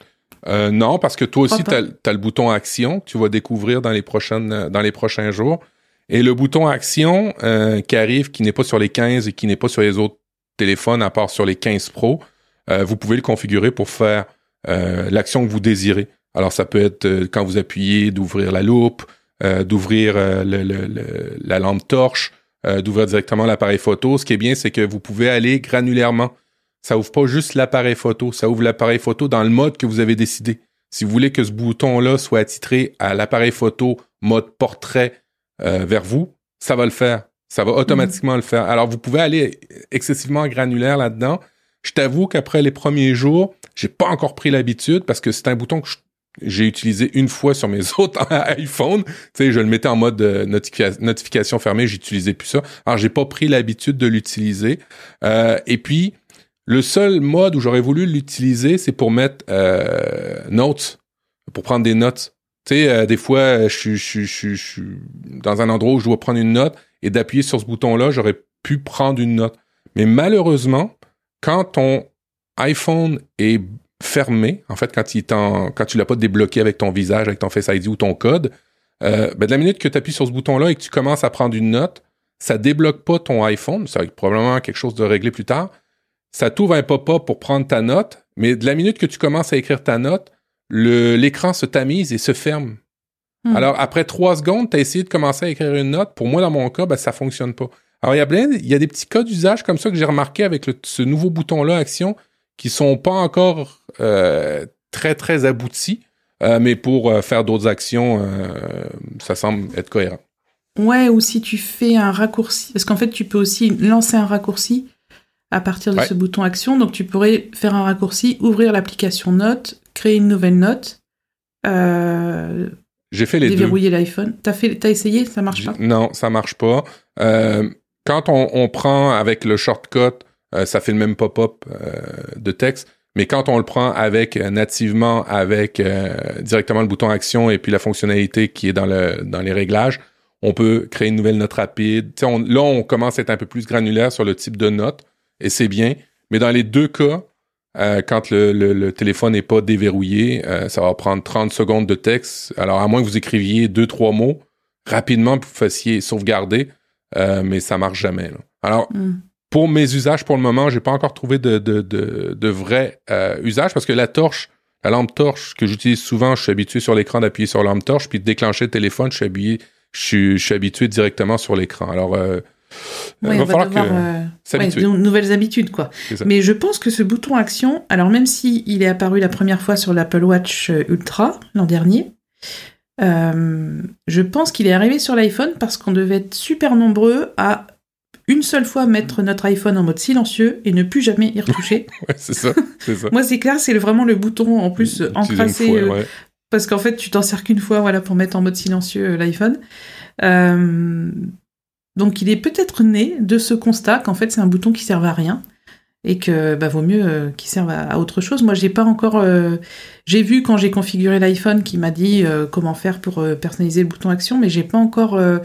euh, Non, parce que toi aussi, tu as le bouton action que tu vas découvrir dans les, prochaines, dans les prochains jours. Et le bouton action euh, qui arrive, qui n'est pas sur les quinze et qui n'est pas sur les autres téléphones, à part sur les quinze Pro, euh, vous pouvez le configurer pour faire euh, l'action que vous désirez. Alors, ça peut être euh, quand vous appuyez, d'ouvrir la loupe, euh, d'ouvrir euh, le, le, le, la lampe torche, euh, d'ouvrir directement l'appareil photo. Ce qui est bien, c'est que vous pouvez aller granulairement. Ça ouvre pas juste l'appareil photo, ça ouvre l'appareil photo dans le mode que vous avez décidé. Si vous voulez que ce bouton-là soit attitré à l'appareil photo mode portrait, Euh, vers vous, ça va le faire. Ça va automatiquement mmh. le faire. Alors, vous pouvez aller excessivement granulaire là-dedans. Je t'avoue qu'après les premiers jours, j'ai pas encore pris l'habitude parce que c'est un bouton que je, j'ai utilisé une fois sur mes autres iPhones. Tu sais, je le mettais en mode euh, notifica- notification fermée, j'utilisais plus ça. Alors, j'ai pas pris l'habitude de l'utiliser. Euh, et puis, le seul mode où j'aurais voulu l'utiliser, c'est pour mettre euh, notes, pour prendre des notes. Tu sais, euh, des fois, je suis dans un endroit où je dois prendre une note et d'appuyer sur ce bouton-là, j'aurais pu prendre une note. Mais malheureusement, quand ton iPhone est fermé, en fait, quand, il t'en, quand tu l'as pas débloqué avec ton visage, avec ton Face I D ou ton code, euh, ben de la minute que tu appuies sur ce bouton-là et que tu commences à prendre une note, ça débloque pas ton iPhone. Ça va être probablement quelque chose de réglé plus tard. Ça t'ouvre un pop-up pour prendre ta note, mais de la minute que tu commences à écrire ta note, Le, l'écran se tamise et se ferme. Mmh. Alors, après trois secondes, tu as essayé de commencer à écrire une note. Pour moi, dans mon cas, ben, ça fonctionne pas. Alors, il y a plein, il y a des petits cas d'usage comme ça que j'ai remarqué avec le, ce nouveau bouton-là, Action, qui sont pas encore euh, très, très aboutis, euh, mais pour euh, faire d'autres actions, euh, ça semble être cohérent. Ouais, ou si tu fais un raccourci, parce qu'en fait, tu peux aussi lancer un raccourci à partir de ouais. ce bouton Action. Donc, tu pourrais faire un raccourci, ouvrir l'application Notes, créer une nouvelle note, euh, j'ai fait les déverrouiller deux. l'iPhone. T'as, fait, t'as essayé, ça marche pas? Non, ça marche pas. Euh, quand on, on prend avec le shortcut, euh, ça fait le même pop-up euh, de texte, mais quand on le prend avec euh, nativement avec euh, directement le bouton action et puis la fonctionnalité qui est dans le dans les réglages, on peut créer une nouvelle note rapide. On, là, on commence à être un peu plus granulaire sur le type de note et c'est bien. Mais dans les deux cas, Euh, quand le, le, le téléphone n'est pas déverrouillé, euh, ça va prendre trente secondes de texte. Alors, à moins que vous écriviez deux, trois mots rapidement, puis vous fassiez sauvegarder, euh, mais ça marche jamais. Là. Alors, mm. pour mes usages, pour le moment, j'ai pas encore trouvé de, de, de, de vrai euh, usage, parce que la torche, la lampe torche que j'utilise souvent, je suis habitué sur l'écran d'appuyer sur la lampe torche, puis de déclencher le téléphone, je suis habillé, je suis, je suis habitué directement sur l'écran. Alors, euh, Ouais, il va on va falloir devoir, que euh, s'habituer. ouais, de nouvelles habitudes, quoi. Mais je pense que ce bouton action, alors même si il est apparu la première fois sur l'Apple Watch Ultra l'an dernier, euh, je pense qu'il est arrivé sur l'iPhone parce qu'on devait être super nombreux à une seule fois mettre notre iPhone en mode silencieux et ne plus jamais y retoucher. Ouais, c'est ça, c'est ça. Moi, c'est clair, c'est vraiment le bouton en plus euh, encrassé, fois, euh, ouais. parce qu'en fait, tu t'en sers qu'une fois, voilà, pour mettre en mode silencieux euh, l'iPhone. Euh, donc, il est peut-être né de ce constat qu'en fait, c'est un bouton qui sert à rien et que bah vaut mieux euh, qu'il serve à, à autre chose. Moi, j'ai pas encore, euh, j'ai vu quand j'ai configuré l'iPhone qui m'a dit euh, comment faire pour euh, personnaliser le bouton action, mais j'ai pas encore euh,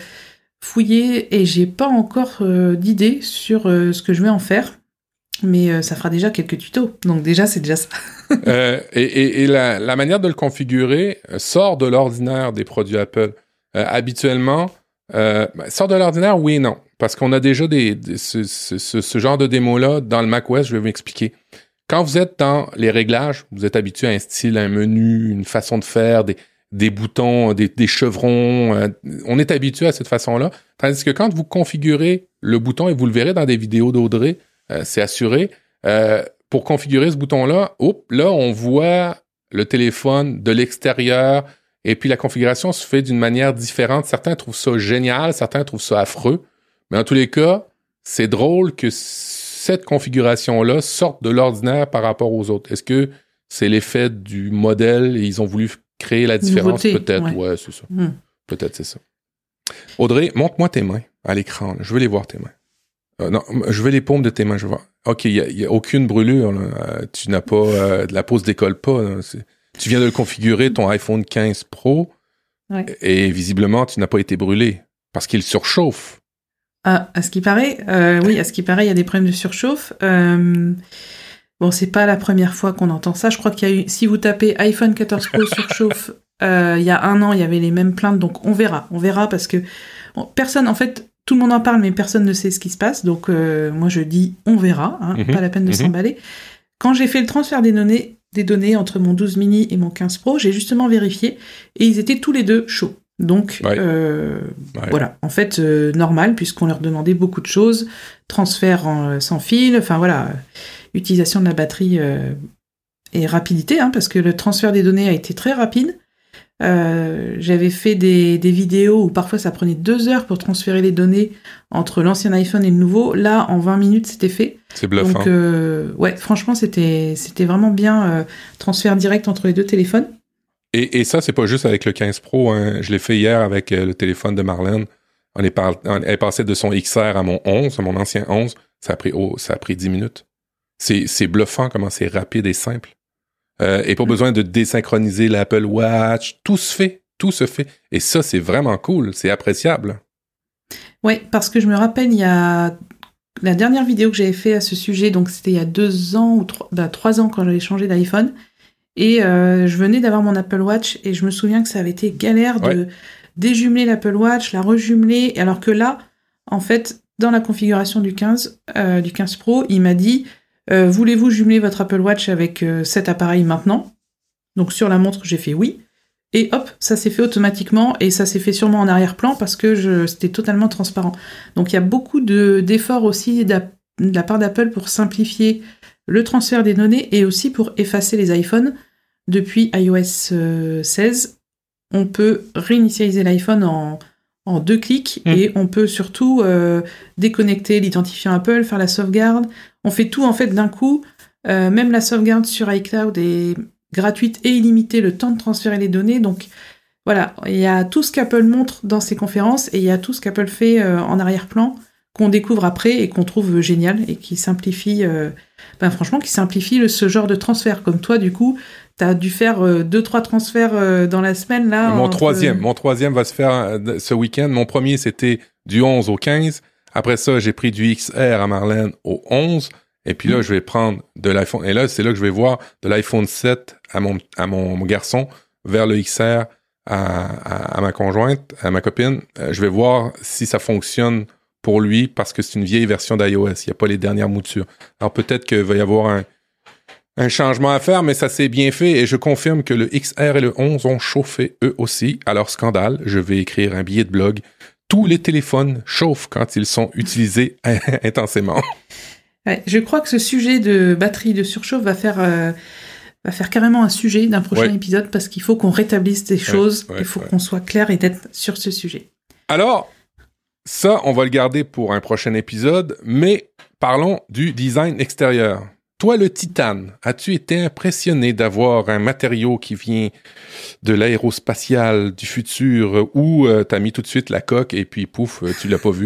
fouillé et j'ai pas encore euh, d'idée sur euh, ce que je vais en faire. Mais euh, ça fera déjà quelques tutos, donc déjà c'est déjà ça. euh, et et, et la, la manière de le configurer euh, sort de l'ordinaire des produits Apple. Euh, habituellement, euh, ben, sort de l'ordinaire, oui et non, parce qu'on a déjà des, des ce, ce, ce, ce genre de démo-là dans le macOS, je vais vous expliquer. Quand vous êtes dans les réglages, vous êtes habitué à un style, un menu, une façon de faire, des, des boutons, des, des chevrons, euh, on est habitué à cette façon-là, tandis que quand vous configurez le bouton, et vous le verrez dans des vidéos d'Audrey, Euh, c'est assuré. Euh, pour configurer ce bouton-là, hop, là, on voit le téléphone de l'extérieur et puis la configuration se fait d'une manière différente. Certains trouvent ça génial, certains trouvent ça affreux. Mais en tous les cas, c'est drôle que cette configuration-là sorte de l'ordinaire par rapport aux autres. Est-ce que c'est l'effet du modèle et ils ont voulu créer la différence? Nouveauté, Peut-être, ouais, ouais. c'est ça. Mm. Peut-être c'est ça. Audrey, montre-moi tes mains à l'écran. Là. Je veux les voir, tes mains. Euh, non, je veux les paumes de tes mains, je veux voir. OK, il n'y a, a aucune brûlure. Là. Euh, tu n'as pas... Euh, la peau se décolle pas. Là. Tu viens de le configurer, ton iPhone quinze Pro, ouais. Et visiblement, tu n'as pas été brûlé parce qu'il surchauffe. Ah, à ce qui paraît, euh, oui, à ce qui paraît, il y a des problèmes de surchauffe. Euh, bon, c'est pas la première fois qu'on entend ça. Je crois qu'il y a eu... Si vous tapez iPhone quatorze Pro surchauffe, euh, il y a un an, il y avait les mêmes plaintes. Donc, on verra. On verra parce que bon, personne, en fait... Tout le monde en parle, mais personne ne sait ce qui se passe. Donc, euh, moi, je dis on verra. Hein, mm-hmm. Pas la peine de mm-hmm. s'emballer. Quand j'ai fait le transfert des données, des données entre mon douze mini et mon quinze Pro, j'ai justement vérifié. Et ils étaient tous les deux chauds. Donc, ouais. Euh, ouais. voilà. En fait, euh, normal, puisqu'on leur demandait beaucoup de choses. Transfert en, sans fil. Enfin, voilà. Utilisation de la batterie euh, et rapidité. Hein, parce que le transfert des données a été très rapide. Euh, j'avais fait des, des vidéos où parfois ça prenait deux heures pour transférer les données entre l'ancien iPhone et le nouveau. Là, en vingt minutes, c'était fait. C'est bluffant. Donc, euh, ouais, franchement, c'était, c'était vraiment bien euh, transfert direct entre les deux téléphones. Et, et ça, c'est pas juste avec le quinze Pro. Hein. Je l'ai fait hier avec euh, le téléphone de Marlène. On est, par, on est passé de son X R à mon onze, à mon ancien onze. Ça a pris, oh, ça a pris dix minutes. C'est, c'est bluffant comment c'est rapide et simple. Euh, et pas mmh. besoin de désynchroniser l'Apple Watch. Tout se fait. Tout se fait. Et ça, c'est vraiment cool. C'est appréciable. Oui, parce que je me rappelle, il y a la dernière vidéo que j'avais fait à ce sujet, donc c'était il y a deux ans ou trois, bah, trois ans quand j'avais changé d'iPhone. Et euh, je venais d'avoir mon Apple Watch et je me souviens que ça avait été galère de ouais. déjumeler l'Apple Watch, la rejumeler. Alors que là, en fait, dans la configuration du quinze, euh, du quinze Pro, il m'a dit... Euh, voulez-vous jumeler votre Apple Watch avec euh, cet appareil maintenant ? Donc sur la montre, j'ai fait oui. Et hop, ça s'est fait automatiquement et ça s'est fait sûrement en arrière-plan parce que je, c'était totalement transparent. Donc il y a beaucoup de, d'efforts aussi de la part d'Apple pour simplifier le transfert des données et aussi pour effacer les iPhones. Depuis iOS euh, seize, on peut réinitialiser l'iPhone en... en deux clics, mmh. et on peut surtout euh, déconnecter l'identifiant Apple, faire la sauvegarde. On fait tout, en fait, d'un coup. Euh, même la sauvegarde sur iCloud est gratuite et illimitée, le temps de transférer les données. Donc, voilà, il y a tout ce qu'Apple montre dans ses conférences, et il y a tout ce qu'Apple fait euh, en arrière-plan, qu'on découvre après, et qu'on trouve génial, et qui simplifie... Euh, ben, franchement, qui simplifie le, ce genre de transfert. Comme toi, du coup... T'as dû faire euh, deux, trois transferts euh, dans la semaine, là. Mon entre... troisième. Mon troisième va se faire euh, ce week-end. Mon premier, c'était du onze au quinze. Après ça, j'ai pris du X R à Marlène au onze. Et puis là, mmh. je vais prendre de l'iPhone. Et là, c'est là que je vais voir de l'iPhone sept à mon, à mon, mon garçon vers le X R à, à, à ma conjointe, à ma copine. Euh, je vais voir si ça fonctionne pour lui parce que c'est une vieille version d'iOS. Il n'y a pas les dernières moutures. Alors peut-être qu'il va y avoir un Un changement à faire, mais ça s'est bien fait et je confirme que le X R et le onze ont chauffé eux aussi. Alors, scandale, je vais écrire un billet de blog tous les téléphones chauffent quand ils sont utilisés intensément. Ouais, je crois que ce sujet de batterie de surchauffe va faire, euh, va faire carrément un sujet d'un prochain ouais. épisode parce qu'il faut qu'on rétablisse des choses, ouais, ouais, il faut ouais. qu'on soit clair et net sur ce sujet. Alors, ça, on va le garder pour un prochain épisode, mais parlons du design extérieur. Toi, le titane, as-tu été impressionné d'avoir un matériau qui vient de l'aérospatial du futur ou euh, t'as mis tout de suite la coque et puis pouf, tu l'as pas vu?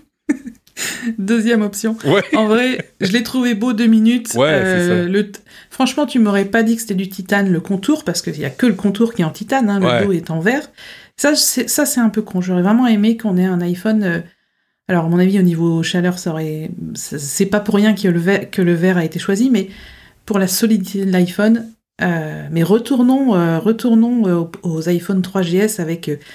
Deuxième option. Ouais. En vrai, je l'ai trouvé beau deux minutes. Ouais, euh, c'est ça. Le t... Franchement, tu m'aurais pas dit que c'était du titane, le contour, parce qu'il y a que le contour qui est en titane, hein, le ouais. dos est en verre. Ça c'est, ça, c'est un peu con. J'aurais vraiment aimé qu'on ait un iPhone... Euh... Alors, à mon avis, au niveau chaleur, ça aurait... c'est pas pour rien que le verre, que le verre a été choisi, mais pour la solidité de l'iPhone... Euh... Mais retournons, euh, retournons euh, aux iPhone trois G S avec... Euh...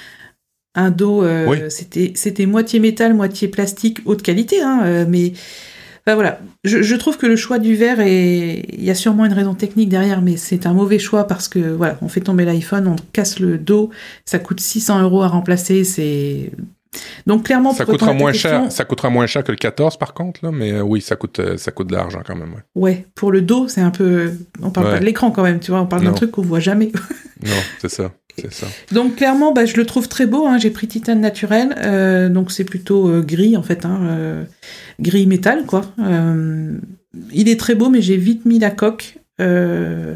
un dos, euh, oui. c'était, c'était moitié métal, moitié plastique, haute qualité, hein, euh, mais ben voilà. Je, je trouve que le choix du verre est, il y a sûrement une raison technique derrière, mais c'est un mauvais choix parce que voilà, on fait tomber l'iPhone, on casse le dos, ça coûte six cents euros à remplacer, c'est donc clairement ça coûtera moins question, cher, ça coûtera moins cher que le quatorze par contre là, mais euh, oui, ça coûte, euh, ça coûte de l'argent quand même. Ouais. ouais, pour le dos, c'est un peu, on parle ouais. pas de l'écran quand même, tu vois, on parle non. d'un truc qu'on voit jamais. Non, c'est ça. C'est ça. Donc clairement, bah, je le trouve très beau. Hein. J'ai pris titane naturel, euh, donc c'est plutôt euh, gris en fait, hein, euh, gris métal quoi. Euh, il est très beau, mais j'ai vite mis la coque. Euh,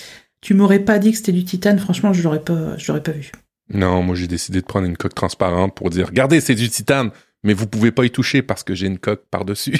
tu m'aurais pas dit que c'était du titane, franchement, je l'aurais pas, je l'aurais pas vu. Non, moi j'ai décidé de prendre une coque transparente pour dire, regardez, c'est du titane, mais vous pouvez pas y toucher parce que j'ai une coque par dessus.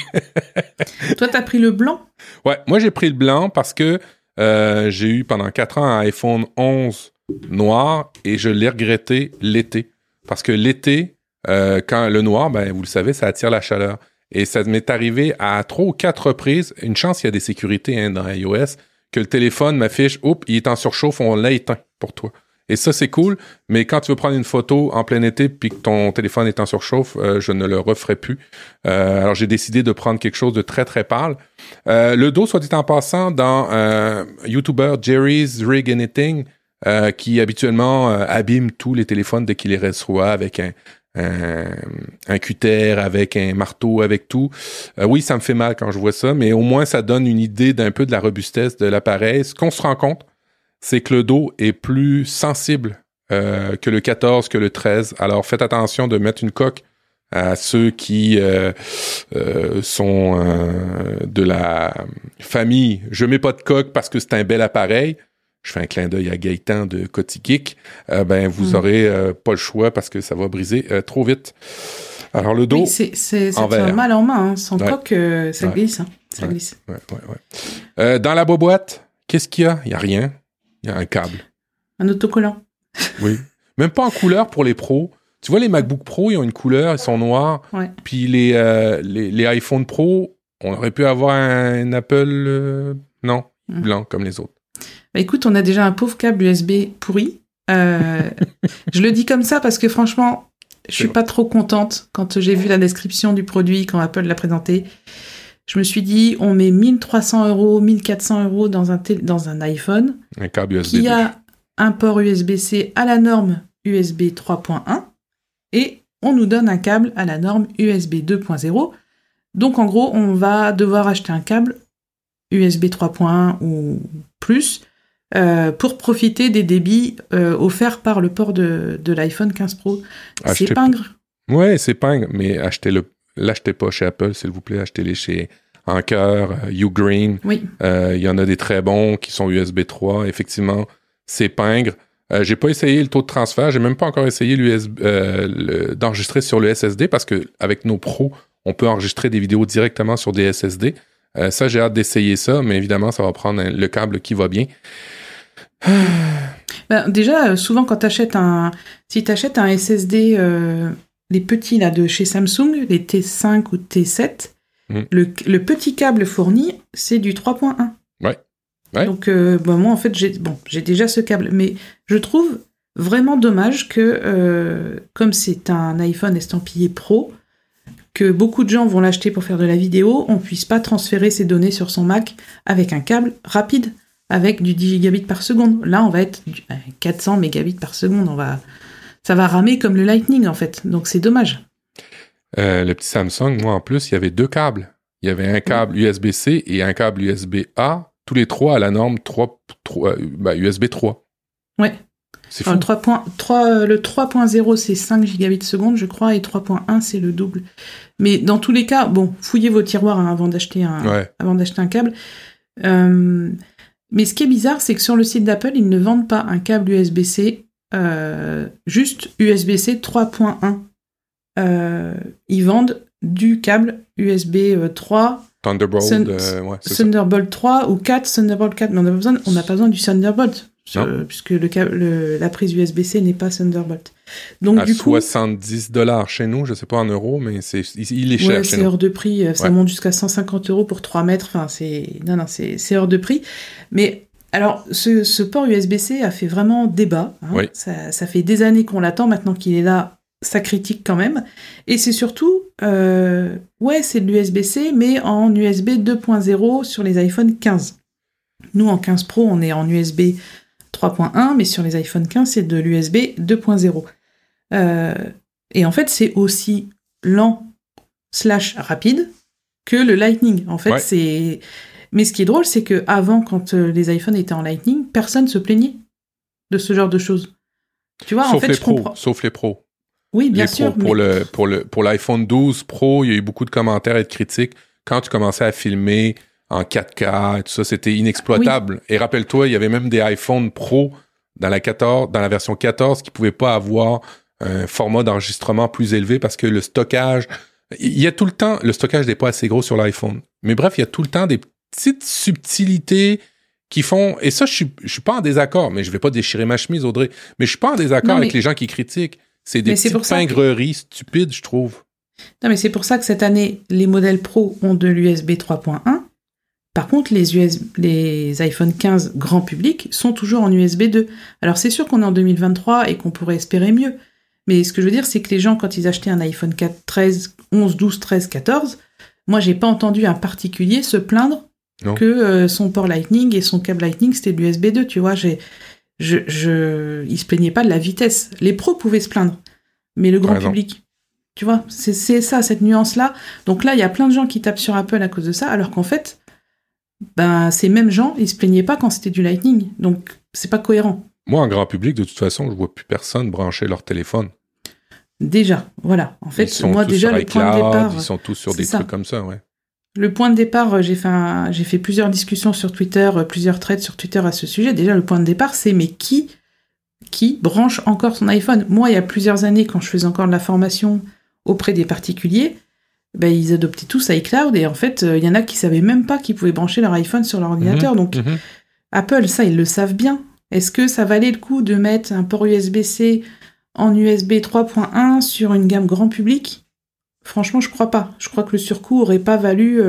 Toi, t'as pris le blanc? Ouais, moi j'ai pris le blanc parce que euh, j'ai eu pendant quatre ans un iPhone onze noir et je l'ai regretté l'été parce que l'été euh, quand le noir ben vous le savez ça attire la chaleur et ça m'est arrivé à trois ou quatre reprises, une chance il y a des sécurités hein, dans iOS que le téléphone m'affiche oups il est en surchauffe, on l'a éteint pour toi et ça c'est cool, mais quand tu veux prendre une photo en plein été puis que ton téléphone est en surchauffe, euh, je ne le referai plus. Euh, alors j'ai décidé de prendre quelque chose de très très pâle. Euh, le dos soit dit en passant dans euh, YouTuber Jerry's Rig Anything Euh, qui habituellement euh, abîme tous les téléphones dès qu'il les reçoit avec un, un, un cutter, avec un marteau, avec tout. Euh, oui, ça me fait mal quand je vois ça, mais au moins ça donne une idée d'un peu de la robustesse de l'appareil. Ce qu'on se rend compte, c'est que le dos est plus sensible euh, que le quatorze, que le treize. Alors faites attention de mettre une coque à ceux qui euh, euh, sont euh, de la famille. Je mets pas de coque parce que c'est un bel appareil. Je fais un clin d'œil à Gaëtan de Cotigeek, euh, ben vous mmh. aurez euh, pas le choix parce que ça va briser euh, trop vite. Alors le dos, oui, c'est, c'est, ça tient mal en main, hein. Sans ouais. coque, euh, ça ouais. glisse. Hein. Ça ouais. glisse. Ouais, ouais, ouais. Euh, dans la boîte, qu'est-ce qu'il y a? Il y a rien. Il y a un câble. Un autocollant. Oui. Même pas en couleur pour les pros. Tu vois, les MacBook Pro, ils ont une couleur, ils sont noirs. Ouais. Puis les, euh, les, les iPhone Pro, on aurait pu avoir un, un Apple, euh, non, mmh. blanc comme les autres. Bah écoute, on a déjà un pauvre câble U S B pourri. Euh, je le dis comme ça parce que franchement, je suis pas trop contente quand j'ai vu la description du produit, quand Apple l'a présenté. Je me suis dit, on met mille trois cents euros, mille quatre cents euros dans un, tél- dans un iPhone un câble U S B qui a un port U S B-C à la norme U S B trois point un et on nous donne un câble à la norme U S B deux point zéro. Donc en gros, on va devoir acheter un câble U S B trois point un ou plus euh, pour profiter des débits euh, offerts par le port de, de l'iPhone quinze Pro. Achetez c'est pingre. P- ouais, c'est pingre, mais achetez-le. L'achetez pas chez Apple, s'il vous plaît. Achetez-les chez Anker, euh, Ugreen. Oui. Euh, il y en a des très bons qui sont U S B trois. Effectivement, c'est pingre. Euh, j'ai pas essayé le taux de transfert. J'ai même pas encore essayé l'U S B, euh, le, d'enregistrer sur le S S D parce que avec nos pros, on peut enregistrer des vidéos directement sur des S S D. Euh, ça, j'ai hâte d'essayer ça, mais évidemment, ça va prendre un, le câble qui va bien. Ben, déjà, souvent, quand t'achètes un... Si t'achètes un S S D, euh, les petits, là, de chez Samsung, les T cinq ou T sept, mmh. le, le petit câble fourni, c'est du trois point un. Ouais. ouais. Donc, euh, ben, moi, en fait, j'ai, bon, j'ai déjà ce câble. Mais je trouve vraiment dommage que, euh, comme c'est un iPhone estampillé Pro, que beaucoup de gens vont l'acheter pour faire de la vidéo, on puisse pas transférer ses données sur son Mac avec un câble rapide, avec du dix gigabits par seconde. Là, on va être quatre cents mégabits par seconde. On va, ça va ramer comme le Lightning, en fait. Donc, c'est dommage. Euh, le petit Samsung, moi, en plus, il y avait deux câbles. Il y avait un câble mmh. U S B-C et un câble U S B-A, tous les trois à la norme trois, trois, ben, U S B trois. Ouais. C'est fou. Alors, le trois point trois, le trois point zéro, c'est cinq gigabits seconde, je crois, et trois point un, c'est le double. Mais dans tous les cas, bon, fouillez vos tiroirs hein, avant d'acheter un, ouais. avant d'acheter un câble. Euh, mais ce qui est bizarre, c'est que sur le site d'Apple, ils ne vendent pas un câble U S B-C, euh, juste U S B-C trois point un. Euh, ils vendent du câble U S B trois, Thunderbolt, Sun- euh, ouais, Thunderbolt trois ou quatre, Thunderbolt quatre, mais on n'a pas besoin, on n'a pas besoin du Thunderbolt. Euh, puisque le, le, la prise U S B-C n'est pas Thunderbolt. Donc, à du soixante-dix dollars chez nous, je sais pas en euros, mais c'est, il est cher ouais, chez c'est nous. hors de prix, ça ouais. monte jusqu'à cent cinquante euros pour trois mètres, enfin, c'est, non, non, c'est, c'est hors de prix. Mais, alors, ce, ce port U S B-C a fait vraiment débat, hein. Oui. ça, ça fait des années qu'on l'attend, maintenant qu'il est là, ça critique quand même. Et c'est surtout, euh, ouais, c'est de l'U S B-C, mais en U S B deux point zéro sur les iPhone quinze. Nous, en quinze Pro, on est en U S B trois point un, mais sur les iPhone quinze, c'est de l'U S B deux point zéro. Euh, et en fait, c'est aussi lent slash rapide que le Lightning. En fait, ouais. c'est... Mais ce qui est drôle, c'est qu'avant, quand les iPhones étaient en Lightning, personne ne se plaignait de ce genre de choses. Tu vois, sauf en fait, les je pros, comprends. Sauf les pros. Oui, bien les sûr. Pros, pour, mais... le, pour, le, pour l'iPhone douze Pro, il y a eu beaucoup de commentaires et de critiques. Quand tu commençais à filmer en quatre K et tout ça, c'était inexploitable. Oui. Et rappelle-toi, il y avait même des iPhone Pro dans la quatorze, dans la version quatorze qui pouvaient pas avoir un format d'enregistrement plus élevé parce que le stockage, il y a tout le temps, le stockage n'est pas assez gros sur l'iPhone. Mais bref, il y a tout le temps des petites subtilités qui font, et ça, je suis, je suis pas en désaccord, mais je vais pas déchirer ma chemise, Audrey, mais je suis pas en désaccord non, avec les gens qui critiquent. C'est des petites pingreries que... stupides, je trouve. Non, mais c'est pour ça que cette année, les modèles Pro ont de l'U S B trois point un. Par contre, les, U S B, les iPhone quinze grand public sont toujours en U S B deux. Alors, c'est sûr qu'on est en deux mille vingt-trois et qu'on pourrait espérer mieux. Mais ce que je veux dire, c'est que les gens, quand ils achetaient un iPhone quatre, treize, onze, douze, treize, quatorze, moi, j'ai pas entendu un particulier se plaindre non. que euh, son port Lightning et son câble Lightning, c'était de l'U S B deux. Tu vois, j'ai, je, je, ils se plaignaient pas de la vitesse. Les pros pouvaient se plaindre, mais le grand ouais, public... Tu vois, c'est, c'est ça, cette nuance-là. Donc là, il y a plein de gens qui tapent sur Apple à cause de ça, alors qu'en fait... Ben, ces mêmes gens, ils se plaignaient pas quand c'était du Lightning. Donc, c'est pas cohérent. Moi, en grand public, de toute façon, je vois plus personne brancher leur téléphone. Déjà, voilà. En fait, ils sont moi, tous déjà, sur le iCloud, point de départ... Ils sont tous sur des ça. trucs comme ça, ouais. Le point de départ, j'ai fait, un, j'ai fait plusieurs discussions sur Twitter, plusieurs threads sur Twitter à ce sujet. Déjà, le point de départ, c'est mais qui, qui branche encore son iPhone ? Moi, il y a plusieurs années, quand je faisais encore de la formation auprès des particuliers, ben, ils adoptaient tous iCloud et en fait, il euh, y en a qui savaient même pas qu'ils pouvaient brancher leur iPhone sur leur ordinateur. Mmh, donc, mmh. Apple, ça, ils le savent bien. Est-ce que ça valait le coup de mettre un port U S B-C en U S B trois point un sur une gamme grand public ? Franchement, je crois pas. Je crois que le surcoût aurait pas valu...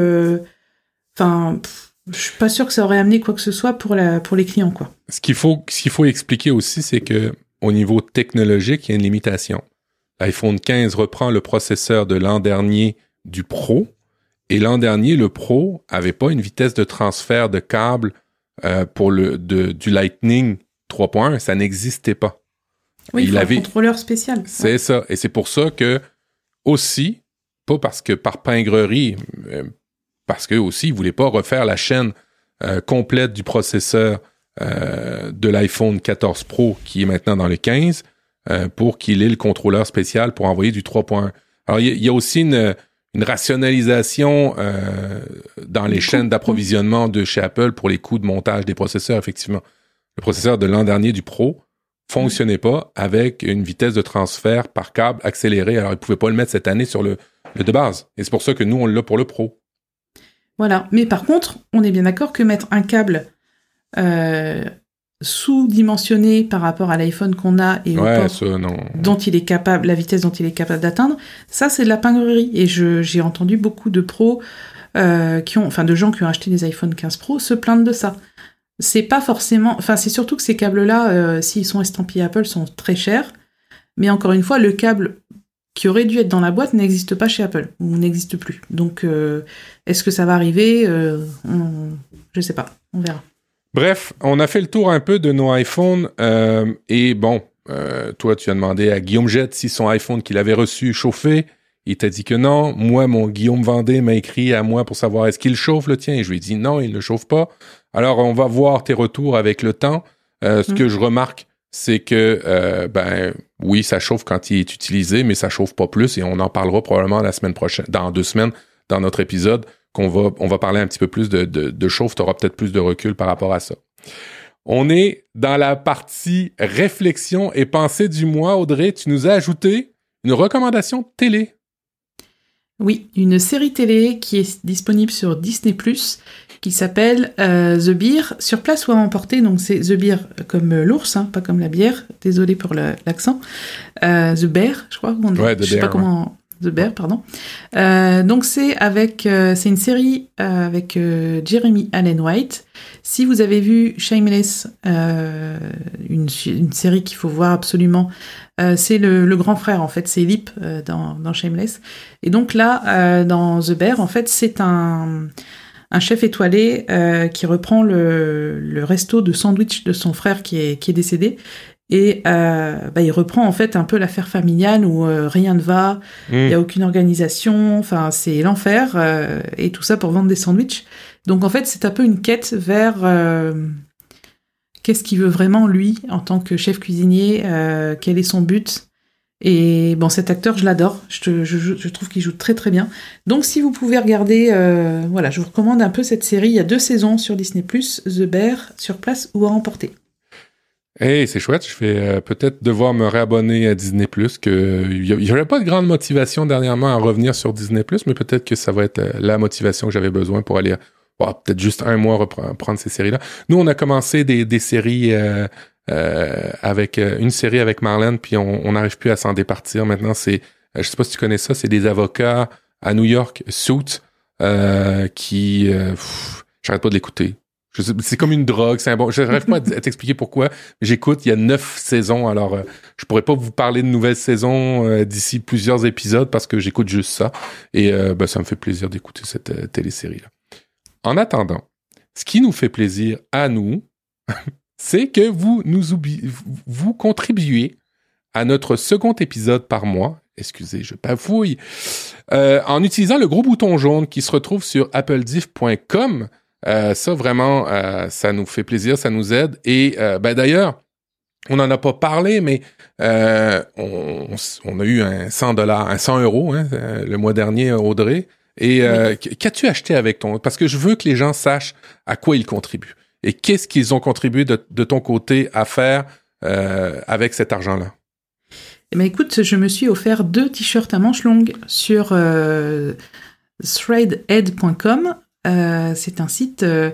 Enfin, euh... je suis pas sûre que ça aurait amené quoi que ce soit pour, la... pour les clients, quoi. Ce qu'il faut, ce qu'il faut expliquer aussi, c'est que au niveau technologique, il y a une limitation. L'iPhone quinze reprend le processeur de l'an dernier du Pro, et l'an dernier, le Pro avait pas une vitesse de transfert de câble euh, pour le de, du Lightning trois point un, ça n'existait pas. Oui, il faut avait... un contrôleur spécial. C'est ouais. ça, et c'est pour ça que aussi, pas parce que par pingrerie, euh, parce que aussi, ils voulaient pas refaire la chaîne euh, complète du processeur euh, de l'iPhone quatorze Pro, qui est maintenant dans le quinze, euh, pour qu'il ait le contrôleur spécial pour envoyer du trois point un. Alors, il y, y a aussi une une rationalisation euh, dans les chaînes d'approvisionnement de chez Apple pour les coûts de montage des processeurs, effectivement. Le processeur de l'an dernier du Pro fonctionnait pas avec une vitesse de transfert par câble accélérée. Alors, ils pouvaient pas le mettre cette année sur le, le de base. Et c'est pour ça que nous, on l'a pour le Pro. Voilà. Mais par contre, on est bien d'accord que mettre un câble euh, sous-dimensionné par rapport à l'iPhone qu'on a et au ouais, port ça, non. dont il est capable, la vitesse dont il est capable d'atteindre, ça c'est de la pingrerie. Et je, j'ai entendu beaucoup de pros euh, qui ont, enfin de gens qui ont acheté des iPhone quinze Pro se plaindre de ça. C'est pas forcément, enfin c'est surtout que ces câbles-là, euh, s'ils sont estampillés Apple, sont très chers. Mais encore une fois, le câble qui aurait dû être dans la boîte n'existe pas chez Apple ou n'existe plus. Donc euh, est-ce que ça va arriver euh, on... Je sais pas, on verra. Bref, on a fait le tour un peu de nos iPhones euh, et bon, Euh, toi, tu as demandé à Guillaume Jette si son iPhone qu'il avait reçu chauffait. Il t'a dit que non. Moi, mon Guillaume Vendée m'a écrit à moi pour savoir est-ce qu'il chauffe le tien. Et je lui ai dit non, il ne chauffe pas. Alors, on va voir tes retours avec le temps. Euh, ce mmh. que je remarque, c'est que, euh, ben, oui, ça chauffe quand il est utilisé, mais ça chauffe pas plus. Et on en parlera probablement la semaine prochaine, dans deux semaines, dans notre épisode, qu'on va, on va parler un petit peu plus de, de, de chauffe. Tu auras peut-être plus de recul par rapport à ça. On est dans la partie réflexion et pensée du mois. Audrey, tu nous as ajouté une recommandation télé. Oui, une série télé qui est disponible sur Disney plus, qui s'appelle euh, The Bear, sur place ou à emporter. Donc c'est The Bear comme euh, l'ours, hein, pas comme la bière. Désolé pour le, l'accent. Euh, The Bear, je crois. On dit. Ouais, The je sais Bear, pas comment. Ouais. The Bear, pardon. Euh, donc c'est avec, euh, c'est une série euh, avec euh, Jeremy Allen White. Si vous avez vu Shameless, euh, une, une série qu'il faut voir absolument, euh, c'est le, le grand frère en fait, c'est Lip euh, dans, dans Shameless. Et donc là, euh, dans The Bear, en fait, c'est un un chef étoilé euh, qui reprend le, le resto de sandwich de son frère qui est qui est décédé. Et euh, bah, il reprend en fait un peu l'affaire familiale où euh, rien ne va, il mmh. n'y a aucune organisation, enfin c'est l'enfer, euh, et tout ça pour vendre des sandwichs. Donc en fait c'est un peu une quête vers euh, qu'est-ce qu'il veut vraiment lui en tant que chef cuisinier, euh, quel est son but. Et bon, cet acteur je l'adore, je, te, je, je trouve qu'il joue très très bien. Donc si vous pouvez regarder, euh, voilà, je vous recommande un peu cette série, il y a deux saisons sur Disney plus, The Bear, sur place ou à emporter. Hey, c'est chouette. Je vais euh, peut-être devoir me réabonner à Disney plus. Que il y aurait pas de grande motivation dernièrement à revenir sur Disney plus, mais peut-être que ça va être euh, la motivation que j'avais besoin pour aller oh, peut-être juste un mois reprendre ces séries-là. Nous, on a commencé des, des séries euh, euh, avec euh, une série avec Marlène, puis on n'arrive plus à s'en départir. Maintenant, c'est, euh, je sais pas si tu connais ça, c'est des avocats à New York, Suits, euh, qui, euh, pff, j'arrête pas de l'écouter. Je sais, c'est comme une drogue, c'est un bon. Je n'arrive pas à t'expliquer pourquoi. J'écoute, il y a neuf saisons, alors euh, je pourrais pas vous parler de nouvelles saisons euh, d'ici plusieurs épisodes parce que j'écoute juste ça. Et euh, ben, ça me fait plaisir d'écouter cette euh, télésérie-là. En attendant, ce qui nous fait plaisir à nous, c'est que vous nous oubliez, vous contribuez à notre second épisode par mois. Excusez, je bafouille. Euh, en utilisant le gros bouton jaune qui se retrouve sur apple diff point com. Euh, ça, vraiment, euh, ça nous fait plaisir, ça nous aide. Et euh, ben d'ailleurs, on n'en a pas parlé, mais euh, on, on a eu un cent dollars, un cent euros hein, le mois dernier, Audrey. Et euh, oui. Qu'as-tu acheté avec ton... Parce que je veux que les gens sachent à quoi ils contribuent. Et qu'est-ce qu'ils ont contribué de, de ton côté à faire euh, avec cet argent-là? Eh ben, écoute, je me suis offert deux t-shirts à manches longues sur euh, threadhead point com. Euh, c'est un site euh,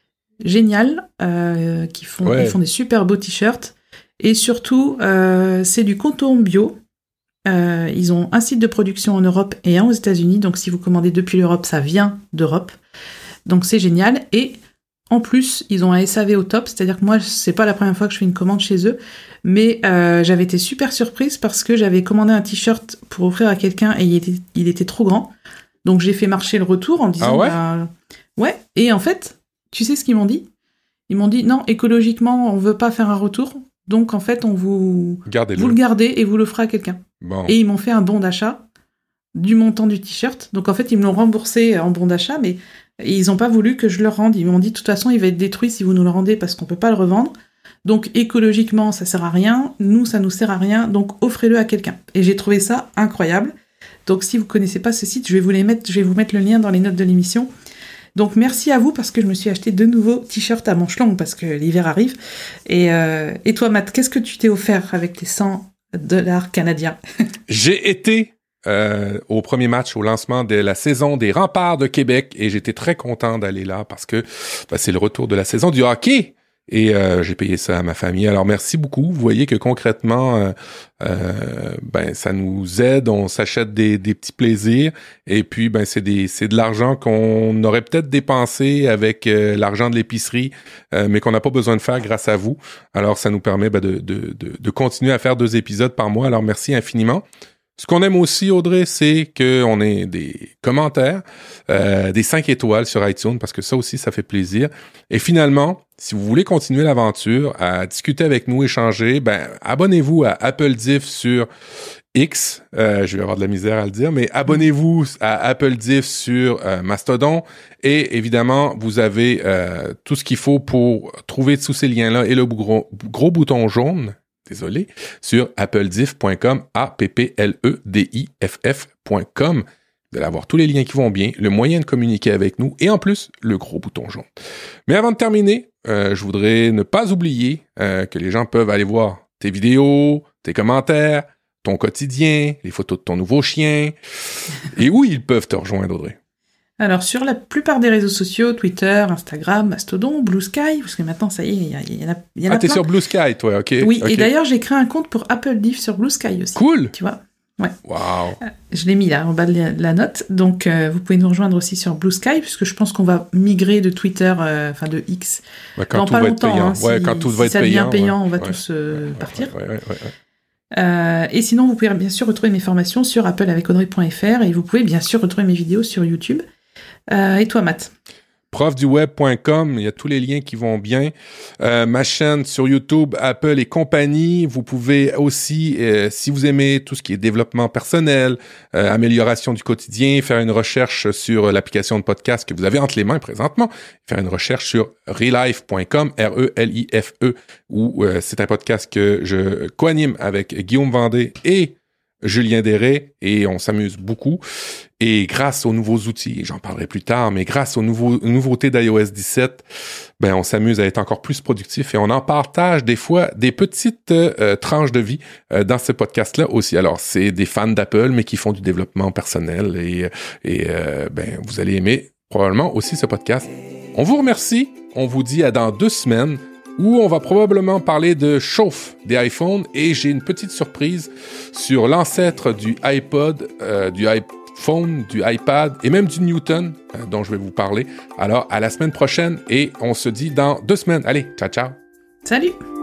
génial euh, qui font, ouais. ils font des super beaux t-shirts et surtout euh, c'est du coton bio. Euh, ils ont un site de production en Europe et un aux États-Unis, donc si vous commandez depuis l'Europe, ça vient d'Europe. Donc c'est génial. Et en plus, ils ont un S A V au top, c'est-à-dire que moi, c'est pas la première fois que je fais une commande chez eux, mais euh, j'avais été super surprise parce que j'avais commandé un t-shirt pour offrir à quelqu'un et il était, il était trop grand. Donc j'ai fait marcher le retour en disant... Ah ouais bah, ouais, et en fait, tu sais ce qu'ils m'ont dit ? Ils m'ont dit, non, écologiquement, on veut pas faire un retour, donc en fait, on vous, vous le gardez et vous le ferez à quelqu'un. Bon. Et ils m'ont fait un bon d'achat du montant du t-shirt. Donc en fait, ils me l'ont remboursé en bon d'achat, mais ils n'ont pas voulu que je le rende. Ils m'ont dit, de toute façon, il va être détruit si vous nous le rendez parce qu'on peut pas le revendre. Donc écologiquement, ça sert à rien. Nous, ça nous sert à rien. Donc offrez-le à quelqu'un. Et j'ai trouvé ça incroyable. Donc si vous connaissez pas ce site, je vais vous les mettre, je vais vous mettre le lien dans les notes de l'émission. Donc merci à vous parce que je me suis acheté de nouveaux t-shirts à manches longues parce que l'hiver arrive. Et, euh, et toi, Matt, qu'est-ce que tu t'es offert avec tes cent dollars canadiens? J'ai été euh, au premier match au lancement de la saison des Remparts de Québec et j'étais très content d'aller là parce que ben, c'est le retour de la saison du hockey. Et euh, j'ai payé ça à ma famille. Alors merci beaucoup. Vous voyez que concrètement, euh, euh, ben ça nous aide. On s'achète des, des petits plaisirs. Et puis ben c'est des c'est de l'argent qu'on aurait peut-être dépensé avec euh, l'argent de l'épicerie, euh, mais qu'on n'a pas besoin de faire grâce à vous. Alors ça nous permet ben, de, de de de continuer à faire deux épisodes par mois. Alors merci infiniment. Ce qu'on aime aussi, Audrey, c'est qu'on ait des commentaires, euh, des cinq étoiles sur iTunes, parce que ça aussi, ça fait plaisir. Et finalement, si vous voulez continuer l'aventure, à discuter avec nous, échanger, ben abonnez-vous à Apple Diff sur X. Euh, je vais avoir de la misère à le dire, mais abonnez-vous à Apple Diff sur euh, Mastodon. Et évidemment, vous avez euh, tout ce qu'il faut pour trouver tous ces liens-là et le gros, gros bouton jaune. Désolé, sur applediff point com, A P P L E D I F F point com. Vous allez avoir tous les liens qui vont bien, le moyen de communiquer avec nous et en plus, le gros bouton jaune. Mais avant de terminer, euh, je voudrais ne pas oublier euh, que les gens peuvent aller voir tes vidéos, tes commentaires, ton quotidien, les photos de ton nouveau chien. Et où ils peuvent te rejoindre, Audrey? Alors, sur la plupart des réseaux sociaux, Twitter, Instagram, Mastodon, Blue Sky, parce que maintenant, ça y est, il y, y, y en a, y en a Ah, t'es plein. sur Blue Sky, toi, OK. Oui, okay. Et d'ailleurs, j'ai créé un compte pour Apple Diff sur Blue Sky aussi. Cool! Tu vois? Ouais. Wow! Je l'ai mis là, en bas de la, la note. Donc, euh, vous pouvez nous rejoindre aussi sur Blue Sky, puisque je pense qu'on va migrer de Twitter, enfin euh, de X, ouais, quand dans tout pas va longtemps. être payant. Hein, ouais, si, quand tout si va être ça devient payant, payant, ouais, on va ouais, tous euh, ouais, partir. Ouais, ouais, ouais, ouais. Euh, et sinon, vous pouvez bien sûr retrouver mes formations sur apple avec audrey point f r et vous pouvez bien sûr retrouver mes vidéos sur YouTube. Euh, et toi, Matt? prof du web point com, il y a tous les liens qui vont bien. Euh, ma chaîne sur YouTube, Apple et compagnie. Vous pouvez aussi, euh, si vous aimez tout ce qui est développement personnel, euh, amélioration du quotidien, faire une recherche sur l'application de podcast que vous avez entre les mains présentement, faire une recherche sur relife point com, R E L I F E, où euh, c'est un podcast que je co-anime avec Guillaume Vendée et Julien Deray, et on s'amuse beaucoup. Et grâce aux nouveaux outils, j'en parlerai plus tard, mais grâce aux nouveaux, nouveautés d'iOS dix-sept, ben on s'amuse à être encore plus productif et on en partage des fois des petites euh, tranches de vie euh, dans ce podcast-là aussi. Alors, c'est des fans d'Apple, mais qui font du développement personnel et, et euh, ben vous allez aimer probablement aussi ce podcast. On vous remercie. On vous dit à dans deux semaines où on va probablement parler de chauffe des iPhones et j'ai une petite surprise sur l'ancêtre du iPod, euh, du iPhone, du iPad et même du Newton euh, dont je vais vous parler. Alors, à la semaine prochaine et on se dit dans deux semaines. Allez, ciao, ciao! Salut!